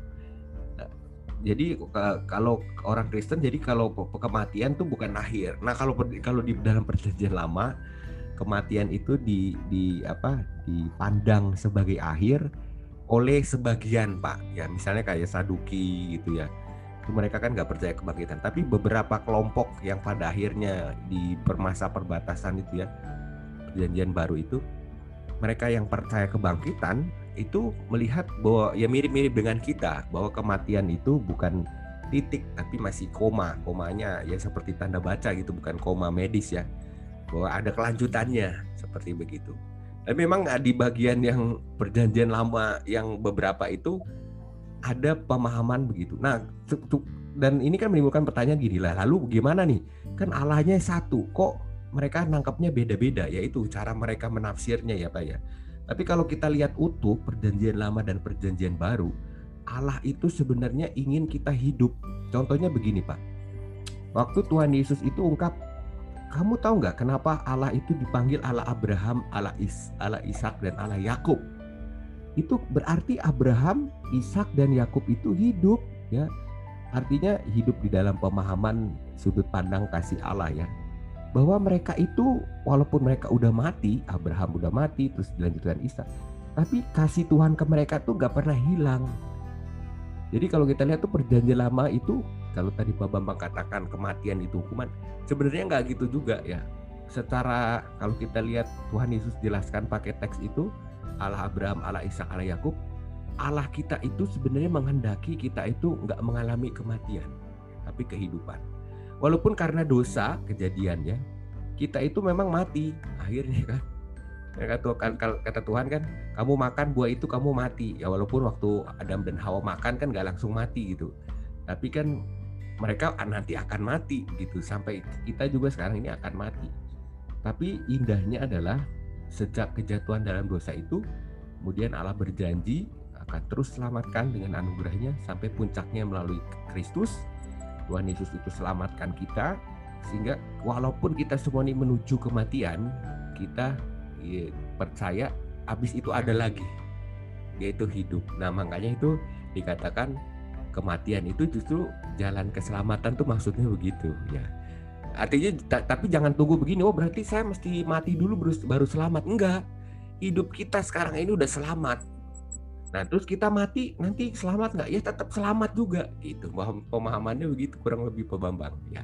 Jadi kalau orang Kristen, jadi kalau kematian tuh bukan akhir. Nah, kalau kalau di dalam perjanjian lama, kematian itu di di apa dipandang sebagai akhir oleh sebagian, Pak. Ya, misalnya kayak Saduki gitu ya. Itu mereka kan nggak percaya kebangkitan. Tapi beberapa kelompok yang pada akhirnya di masa perbatasan itu ya, perjanjian baru itu, mereka yang percaya kebangkitan itu melihat bahwa ya mirip-mirip dengan kita, bahwa kematian itu bukan titik tapi masih koma. Komanya ya seperti tanda baca gitu, bukan koma medis ya, bahwa ada kelanjutannya seperti begitu. Tapi memang di bagian yang perjanjian lama yang beberapa itu ada pemahaman begitu. Nah, dan ini kan menimbulkan pertanyaan gini lah, lalu gimana nih, kan Allahnya satu, kok mereka nangkapnya beda-beda, yaitu cara mereka menafsirnya ya Pak ya. Tapi kalau kita lihat utuh perjanjian lama dan perjanjian baru, Allah itu sebenarnya ingin kita hidup. Contohnya begini Pak, waktu Tuhan Yesus itu ungkap, kamu tahu nggak kenapa Allah itu dipanggil Allah Abraham, Allah Is, Allah Ishak dan Allah Yakub? Itu berarti Abraham, Ishak dan Yakub itu hidup, ya. Artinya hidup di dalam pemahaman sudut pandang kasih Allah ya. Bahwa mereka itu walaupun mereka udah mati, Abraham udah mati, terus dilanjutkan Ishak, tapi kasih Tuhan ke mereka tuh gak pernah hilang. Jadi kalau kita lihat tuh perjanjian lama itu, kalau tadi Pak Bambang katakan kematian itu hukuman, sebenarnya gak gitu juga ya. Secara kalau kita lihat Tuhan Yesus jelaskan pakai teks itu, Allah Abraham, Allah Ishak, Allah Yakub, Allah kita itu sebenarnya menghendaki kita itu gak mengalami kematian, tapi kehidupan. Walaupun karena dosa kejadiannya, kita itu memang mati akhirnya kan. Kata, kata Tuhan kan, kamu makan buah itu kamu mati. Ya walaupun waktu Adam dan Hawa makan kan gak langsung mati gitu. Tapi kan mereka nanti akan mati gitu. Sampai kita juga sekarang ini akan mati. Tapi indahnya adalah sejak kejatuhan dalam dosa itu, kemudian Allah berjanji akan terus selamatkan dengan anugerahnya sampai puncaknya melalui Kristus. Tuhan Yesus itu selamatkan kita, sehingga walaupun kita semua ini menuju kematian, kita ya, percaya habis itu ada lagi, yaitu hidup. Nah makanya itu dikatakan kematian itu justru jalan keselamatan tuh maksudnya begitu ya. Artinya t- tapi jangan tunggu begini, oh berarti saya mesti mati dulu baru, baru selamat. Enggak, hidup kita sekarang ini udah selamat. Nah terus kita mati nanti selamat nggak? Ya tetap selamat juga gitu. Pemahamannya begitu kurang lebih Pak Bambang ya.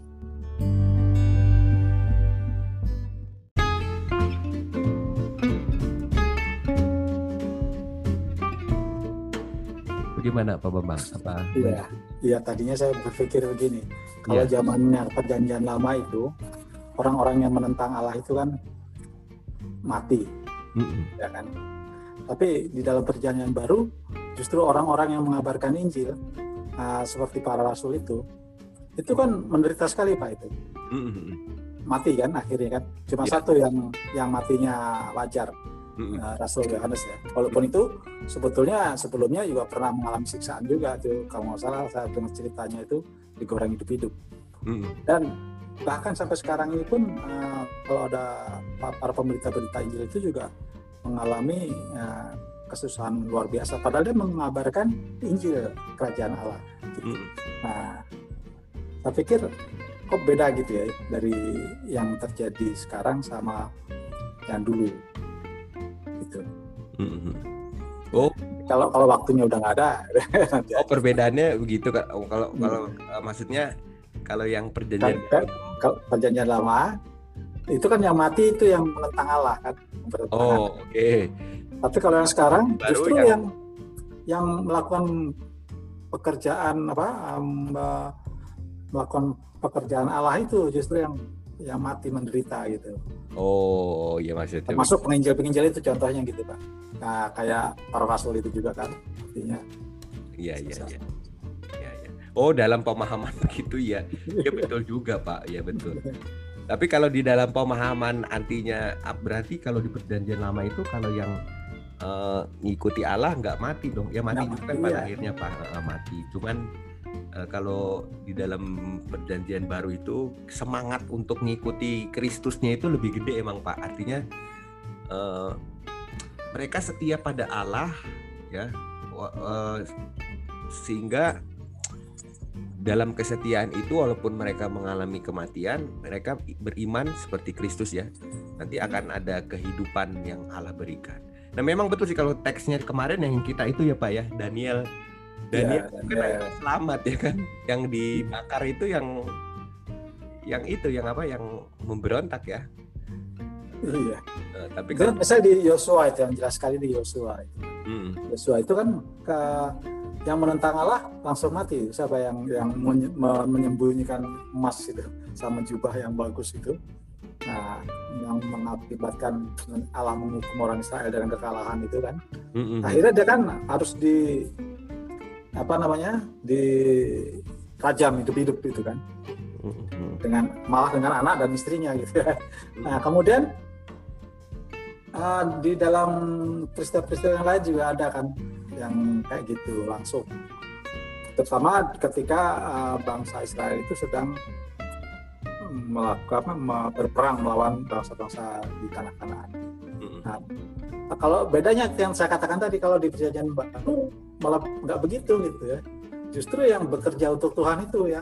Bagaimana Pak Bambang? Apa?
Iya, iya tadinya saya berpikir begini. Kalau ya. Zamannya perjanjian lama itu orang-orang yang menentang Allah itu kan mati, mm-hmm. ya kan. Tapi di dalam perjanjian baru justru orang-orang yang mengabarkan Injil uh, seperti para rasul itu itu kan menderita sekali Pak itu. Mm-hmm. Mati kan akhirnya kan. Cuma yeah. satu yang yang matinya wajar, mm-hmm. uh, Rasul Yohanes ya. Walaupun itu sebetulnya sebelumnya juga pernah mengalami siksaan juga tuh. Kalau nggak salah saya dengar ceritanya itu digoreng hidup-hidup. Mm-hmm. Dan bahkan sampai sekarang ini pun uh, kalau ada para pemberita-pemberita Injil itu juga mengalami uh, kesusahan luar biasa. Padahal dia mengabarkan Injil kerajaan Allah. Gitu.
Hmm.
Nah, saya pikir kok beda gitu ya dari yang terjadi sekarang sama yang dulu. Gitu.
Hmm. Oh,
Kalau kalau waktunya udah nggak ada.
oh perbedaannya begitu Kak. Oh, kalau
Hmm.
kalau uh, maksudnya kalau yang
Kan,
perjanjian
kan, kalau perjanjian lama itu kan yang mati itu yang menentang Allah kan, bertentangan.
Oh, oke.
Tapi kalau yang sekarang
Baru
justru
yang-
yang yang melakukan pekerjaan apa um, uh, melakukan pekerjaan Allah itu justru yang yang mati menderita gitu.
Oh, ya maksudnya.
Termasuk penginjil-penginjil itu contohnya gitu Pak. Nah, kayak para rasul itu juga kan artinya.
Iya, iya, iya. Iya, iya. Oh, dalam pemahaman begitu ya. Ya betul juga, Pak. Ya betul. Tapi kalau di dalam pemahaman artinya ah, berarti kalau di perjanjian lama itu kalau yang eh, ngikuti Allah nggak mati dong. Ya mati
Nggak
juga kan
mati,
pada
iya.
akhirnya Pak, Eh, mati. Cuman eh, kalau di dalam perjanjian baru itu semangat untuk ngikuti Kristusnya itu lebih gede emang Pak. Artinya eh, mereka setia pada Allah ya. Wa- eh, sehingga dalam kesetiaan itu walaupun mereka mengalami kematian, mereka beriman seperti Kristus ya. Nanti akan ada kehidupan yang Allah berikan. Nah, memang betul sih kalau teksnya kemarin yang kita itu ya Pak ya, Daniel. Daniel
Ya,
itu kan
Daniel.
yang selamat ya kan. Yang dibakar itu yang yang itu yang apa yang memberontak ya.
Iya.
Eh, tapi
Itu kan
kan
misalnya di Yosua itu yang jelas sekali di Yosua itu.
hmm,
Yosua itu kan ke yang menentang Allah langsung mati. Siapa yang yang menye- me- menyembunyikan emas itu sama jubah yang bagus itu. Nah, yang mengakibatkan Allah menghukum orang Israel dengan kekalahan itu kan.
hmm, hmm,
Akhirnya dia kan harus di apa namanya? di rajam hidup-hidup itu kan.
hmm, hmm,
Dengan malah dengan anak dan istrinya gitu ya. Nah, kemudian uh, di dalam peristiwa-peristiwa yang lain juga ada kan yang kayak gitu langsung. Terutama ketika uh, bangsa Israel itu sedang melakukan me- berperang melawan bangsa-bangsa di tanah Kanaan.
hmm.
Nah, kalau bedanya yang saya katakan tadi kalau di perjanjian baru malah nggak begitu gitu ya. Justru yang bekerja untuk Tuhan itu yang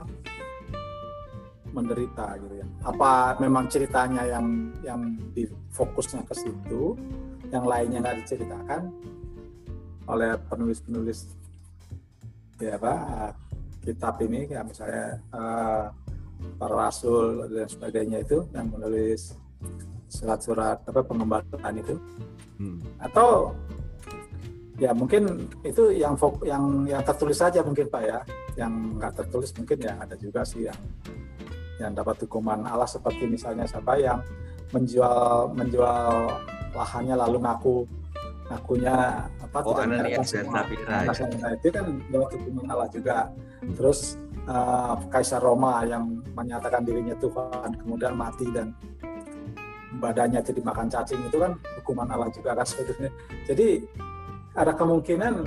menderita gitu ya. Apa memang ceritanya yang yang difokusnya ke situ, yang lainnya nggak diceritakan oleh penulis-penulis ya Pak kitab ini ya misalnya uh, para rasul dan sebagainya itu yang menulis surat-surat apa pengembalian itu
Hmm.
atau ya mungkin itu yang fok, yang yang tertulis saja mungkin Pak ya, yang nggak tertulis mungkin ya ada juga sih yang yang dapat hukuman Allah seperti misalnya siapa yang menjual menjual lahannya lalu ngaku ngakunya apa
Oh,
tidak
Ananias
menyerahkan
dan
semua.
Sapphira,
Nah,
ya.
nah, itu kan dapat hukuman Allah juga. Terus uh, Kaisar Roma yang menyatakan dirinya Tuhan kemudian mati dan badannya itu dimakan cacing itu kan hukuman Allah juga kan sebetulnya. Jadi ada kemungkinan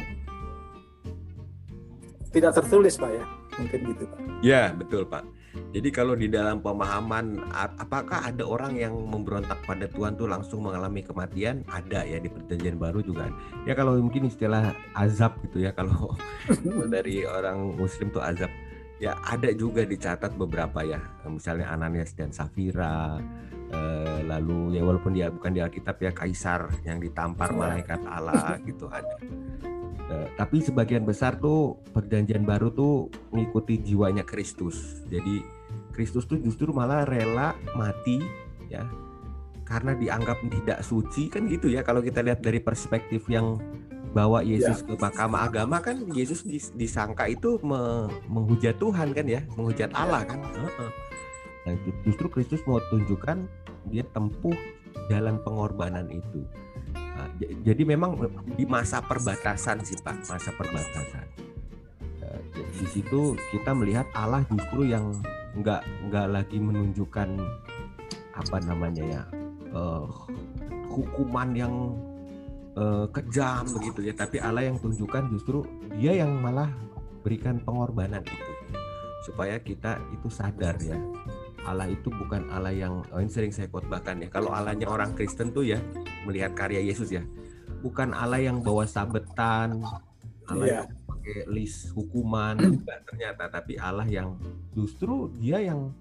tidak tertulis Pak ya, mungkin gitu Pak.
Ya, betul Pak. Jadi kalau di dalam pemahaman a- apakah ada orang yang memberontak pada Tuhan tuh langsung mengalami kematian? Ada ya di perjanjian baru juga. Ya kalau mungkin istilah azab gitu ya kalau dari orang muslim tuh azab. Ya ada juga dicatat beberapa ya. Misalnya Ananias dan Sapphira. Eh, lalu ya walaupun dia bukan di Alkitab ya Kaisar yang ditampar malaikat Allah gitu ada. Eh, tapi sebagian besar tuh perjanjian baru tuh mengikuti jiwanya Kristus. Jadi Kristus tuh justru malah rela mati ya karena dianggap tidak suci kan gitu ya kalau kita lihat dari perspektif yang bawa Yesus ke Mahkamah Agama kan Yesus dis- disangka itu me- menghujat Tuhan kan ya, menghujat Allah kan. Heeh. Nah, ju- justru Kristus mau tunjukkan dia tempuh jalan pengorbanan itu. Nah, j- jadi memang di masa perbatasan sih Pak, masa perbatasan. Eh, j- Di situ kita melihat Allah justru yang nggak nggak lagi menunjukkan apa namanya ya eh, hukuman yang eh, kejam begitu ya, tapi Allah yang tunjukkan justru dia yang malah berikan pengorbanan itu supaya kita itu sadar ya Allah itu bukan Allah yang oh ini sering saya khotbahkan ya kalau Allahnya orang Kristen tuh ya melihat karya Yesus ya bukan Allah yang bawa sabetan, Allah
Iya.
yang pakai list hukuman, bukan ternyata, tapi Allah yang justru dia yang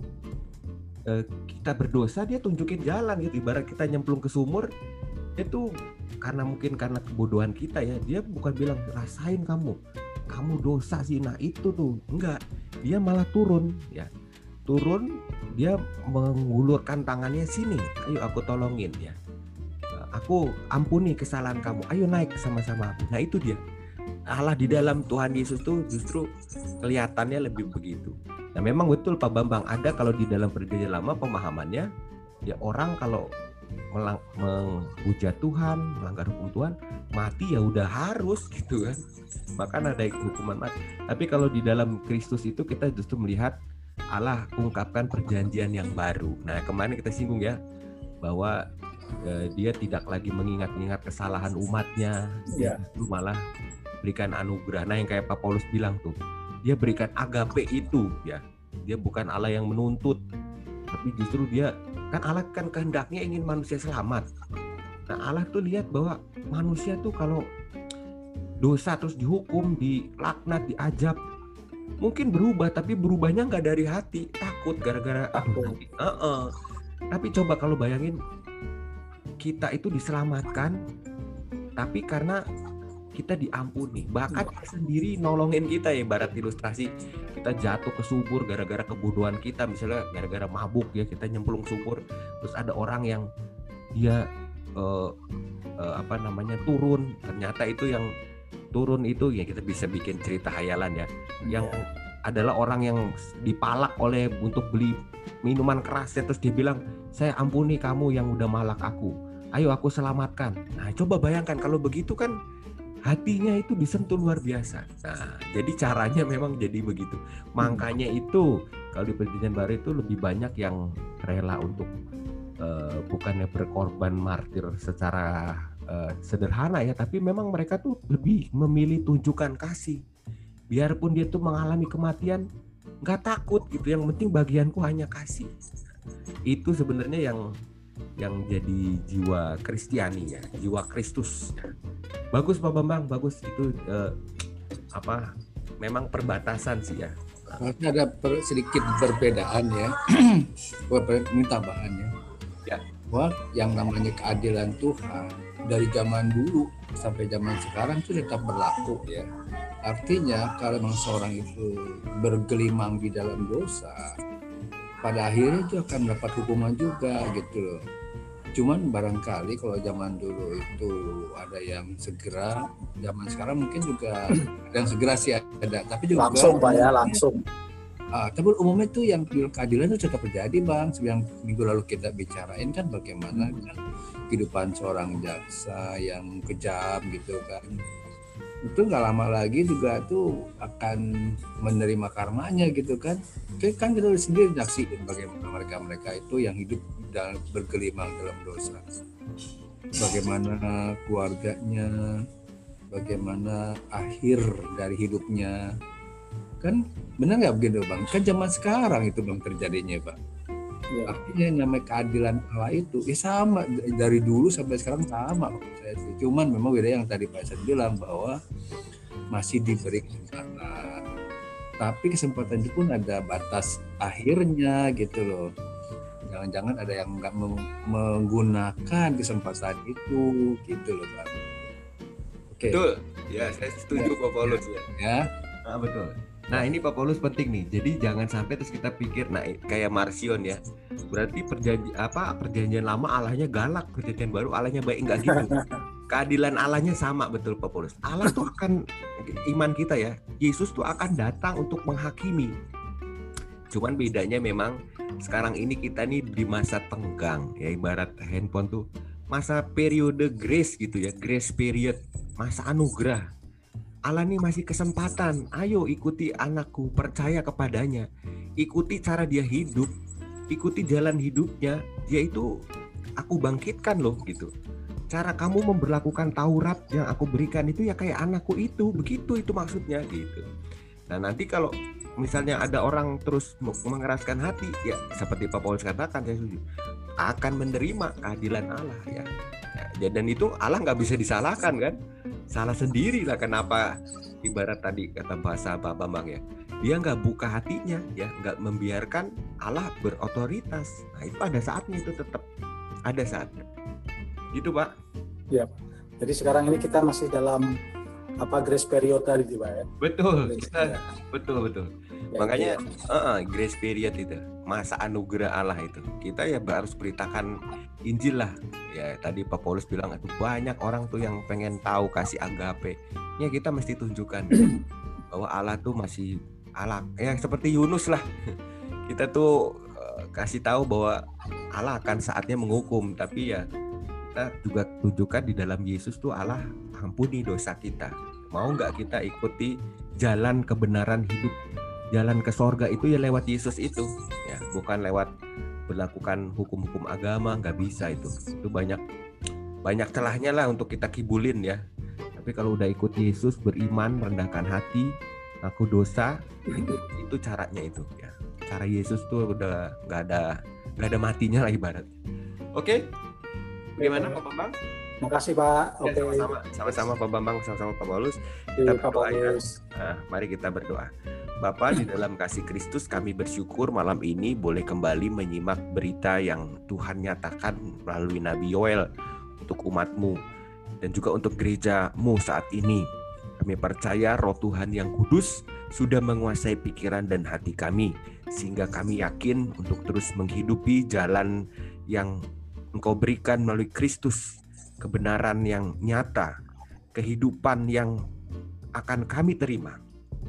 eh, kita berdosa dia tunjukin jalan gitu. Ibarat kita nyemplung ke sumur, itu karena mungkin karena kebodohan kita ya, dia bukan bilang rasain kamu, kamu dosa sih, nah itu tuh enggak, dia malah turun ya, turun dia mengulurkan tangannya, sini, ayo aku tolongin ya, aku ampuni kesalahan kamu, ayo naik sama-sama aku. Nah itu dia Allah di dalam Tuhan Yesus tuh justru kelihatannya lebih begitu. Nah memang betul Pak Bambang, ada kalau di dalam perjanjian lama pemahamannya ya, orang kalau melang- menghujat Tuhan, melanggar hukum Tuhan, mati ya udah harus gitu kan, bahkan ada hukuman mati. Tapi kalau di dalam Kristus itu kita justru melihat Allah ungkapkan perjanjian yang baru. Nah kemarin kita singgung ya, bahwa eh, dia tidak lagi mengingat-ingat kesalahan umatnya, dia
Ya.
justru malah berikan anugerah. Nah yang kayak Pak Paulus bilang tuh, dia berikan agape itu ya, dia bukan Allah yang menuntut, tapi justru dia kan Allah kan kehendaknya ingin manusia selamat. Nah Allah tuh lihat bahwa manusia tuh kalau dosa terus dihukum, dilaknat, diajab, mungkin berubah, tapi berubahnya nggak dari hati, takut gara-gara aduh nanti. Uh-uh. Tapi coba kalau bayangin kita itu diselamatkan, tapi karena kita diampuni, bahkan dia sendiri nolongin kita ya, ibarat ilustrasi kita jatuh ke sumur gara-gara kebodohan kita, misalnya gara-gara mabuk ya, kita nyemplung sumur, terus ada orang yang dia eh, eh, apa namanya turun, ternyata itu yang turun itu ya, kita bisa bikin cerita hayalan ya, yang adalah orang yang dipalak oleh untuk beli minuman keras ya, terus dia bilang saya ampuni kamu yang udah malak aku, ayo aku selamatkan. Nah coba bayangkan kalau begitu kan hatinya itu disentuh luar biasa. Nah, jadi caranya memang jadi begitu. Makanya itu kalau di perjanjian baru itu lebih banyak yang rela untuk uh, bukannya berkorban martir secara uh, sederhana ya, tapi memang mereka tuh lebih memilih tunjukkan kasih. Biarpun dia tuh mengalami kematian, nggak takut gitu. Yang penting bagianku hanya kasih. Itu sebenarnya yang yang jadi jiwa Kristiani ya, jiwa Kristus. Bagus Pak Bambang, bagus itu eh, apa? Memang perbatasan sih ya.
Artinya ada per, sedikit perbedaan ya, tambahannya.
Ya.
Bahwa yang namanya keadilan Tuhan dari zaman dulu sampai zaman sekarang itu tetap berlaku ya. Artinya kalau memang seorang itu bergelimang di dalam dosa, pada akhirnya itu akan mendapat hukuman juga gitu loh. Cuman barangkali kalau zaman dulu itu ada yang segera, zaman sekarang mungkin juga yang segera sih ada, tapi juga
Langsung Pak ya, langsung.
Ah, tapi umumnya itu yang keadilan itu tetap terjadi Bang. Yang minggu lalu kita bicarain kan bagaimana kan kehidupan seorang jaksa yang kejam gitu kan. Itu nggak lama lagi juga tuh akan menerima karmanya gitu kan. Kan kita sendiri nyaksiin bagaimana mereka-mereka itu yang hidup dan bergelimang dalam dosa. Bagaimana keluarganya, bagaimana akhir dari hidupnya. Kan benar nggak begitu Bang? Kan zaman sekarang itu Bang terjadinya Bang. Ya. Artinya namanya keadilan Allah itu ya sama dari dulu sampai sekarang sama menurut saya sih. Cuman memang beda yang tadi Pak Hasan bilang bahwa masih diberi kesempatan. Tapi kesempatan itu pun ada batas akhirnya gitu loh. Jangan-jangan ada yang nggak menggunakan kesempatan itu gitu loh Pak.
Oke. Betul. Ya, saya setuju ya, Pak Paulus ya.
Ya.
Nah, betul. Nah ini Pak Paulus penting nih. Jadi jangan sampai terus kita pikir, nah kayak Marsion ya. Berarti perjanji apa perjanjian lama Allahnya galak, perjanjian baru Allahnya baik, enggak gitu. Keadilan Allahnya sama, betul Pak Paulus. Allah tuh akan, iman kita ya, Yesus tuh akan datang untuk menghakimi. Cuman bedanya memang sekarang ini kita nih di masa tenggang ya, ibarat handphone tuh masa periode grace gitu ya, grace period, masa anugerah. Allah nih masih kesempatan, ayo ikuti anakku, percaya kepadanya, ikuti cara dia hidup, ikuti jalan hidupnya, dia itu aku bangkitkan loh gitu. Cara kamu memberlakukan Taurat yang aku berikan itu ya kayak anakku itu, begitu itu maksudnya gitu. Nah nanti kalau misalnya ada orang terus mengeraskan hati, ya seperti Pak Paulus katakan, saya setuju, akan menerima keadilan Allah ya. Ya, dan itu Allah nggak bisa disalahkan kan, salah sendiri lah. Kenapa ibarat tadi kata bahasa Pak Bambang ya, dia nggak buka hatinya ya, nggak membiarkan Allah berotoritas. Nah itu ada saatnya, itu tetap ada saatnya gitu Pak.
Ya, jadi sekarang ini kita masih dalam apa grace period tadi Pak ya.
Betul,
Grace,
kita
ya.
betul betul.
Ya,
Makanya
itu.
uh, grace period itu, masa anugerah Allah itu. Kita ya harus beritakan Injil lah. Ya tadi Pak Paulus bilang itu banyak orang tuh yang pengen tahu kasih agape. Ya kita mesti tunjukkan bahwa Allah tuh masih Allah. Ya seperti Yunus lah. Kita tuh uh, kasih tahu bahwa Allah akan saatnya menghukum, tapi ya kita juga tunjukkan di dalam Yesus tuh Allah ampuni dosa kita. Mau nggak kita ikuti jalan kebenaran hidup, jalan ke sorga itu ya lewat Yesus itu, ya bukan lewat berlakukan hukum-hukum agama. Nggak bisa itu. Itu banyak banyak celahnya lah untuk kita kibulin ya. Tapi kalau udah ikut Yesus, beriman, merendahkan hati, ngaku dosa, itu, itu caranya itu ya. Cara Yesus tuh udah nggak ada nggak ada matinya lah ibaratnya. Oke, bagaimana Pak Bambang?
Terima kasih Pak.
Ya,
Oke.
sama-sama, sama-sama Pak Bambang, sama-sama Pak Paulus.
Oke,
Kita
Pak
berdoa ya.
Paulus.
Nah, mari kita berdoa. Bapa di dalam kasih Kristus, kami bersyukur malam ini boleh kembali menyimak berita yang Tuhan nyatakan melalui Nabi Yoel untuk umat-Mu dan juga untuk gereja-Mu saat ini. Kami percaya Roh Tuhan yang kudus sudah menguasai pikiran dan hati kami, sehingga kami yakin untuk terus menghidupi jalan yang Engkau berikan melalui Kristus, kebenaran yang nyata, kehidupan yang akan kami terima,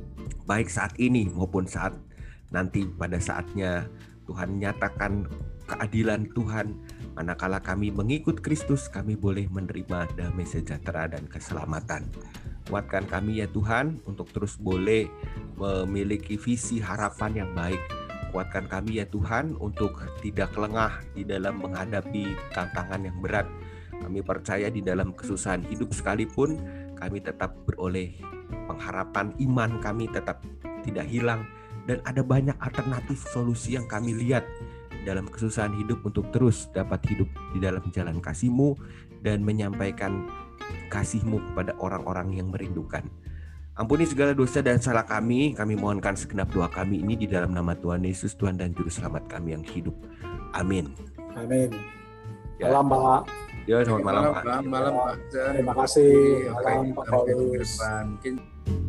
baik saat ini maupun saat nanti pada saatnya Tuhan nyatakan keadilan Tuhan. Manakala kami mengikut Kristus, kami boleh menerima damai sejahtera dan keselamatan. Kuatkan kami ya Tuhan untuk terus boleh memiliki visi harapan yang baik. Kuatkan kami ya Tuhan untuk tidak lengah di dalam menghadapi tantangan yang berat. Kami percaya di dalam kesusahan hidup sekalipun, kami tetap beroleh pengharapan, iman kami tetap tidak hilang. Dan ada banyak alternatif solusi yang kami lihat dalam kesusahan hidup untuk terus dapat hidup di dalam jalan kasih-Mu dan menyampaikan kasih-Mu kepada orang-orang yang merindukan. Ampuni segala dosa dan salah kami. Kami mohonkan segenap doa kami ini di dalam nama Tuhan Yesus, Tuhan dan Juru Selamat kami yang hidup. Amin.
Amin.
Ya.
Malam Pak.
Ya, selamat malam Pak.
Malam, malam Pak.
Terima kasih. Malam Pak
Sampai minggu
Paulus.
depan. Mungkin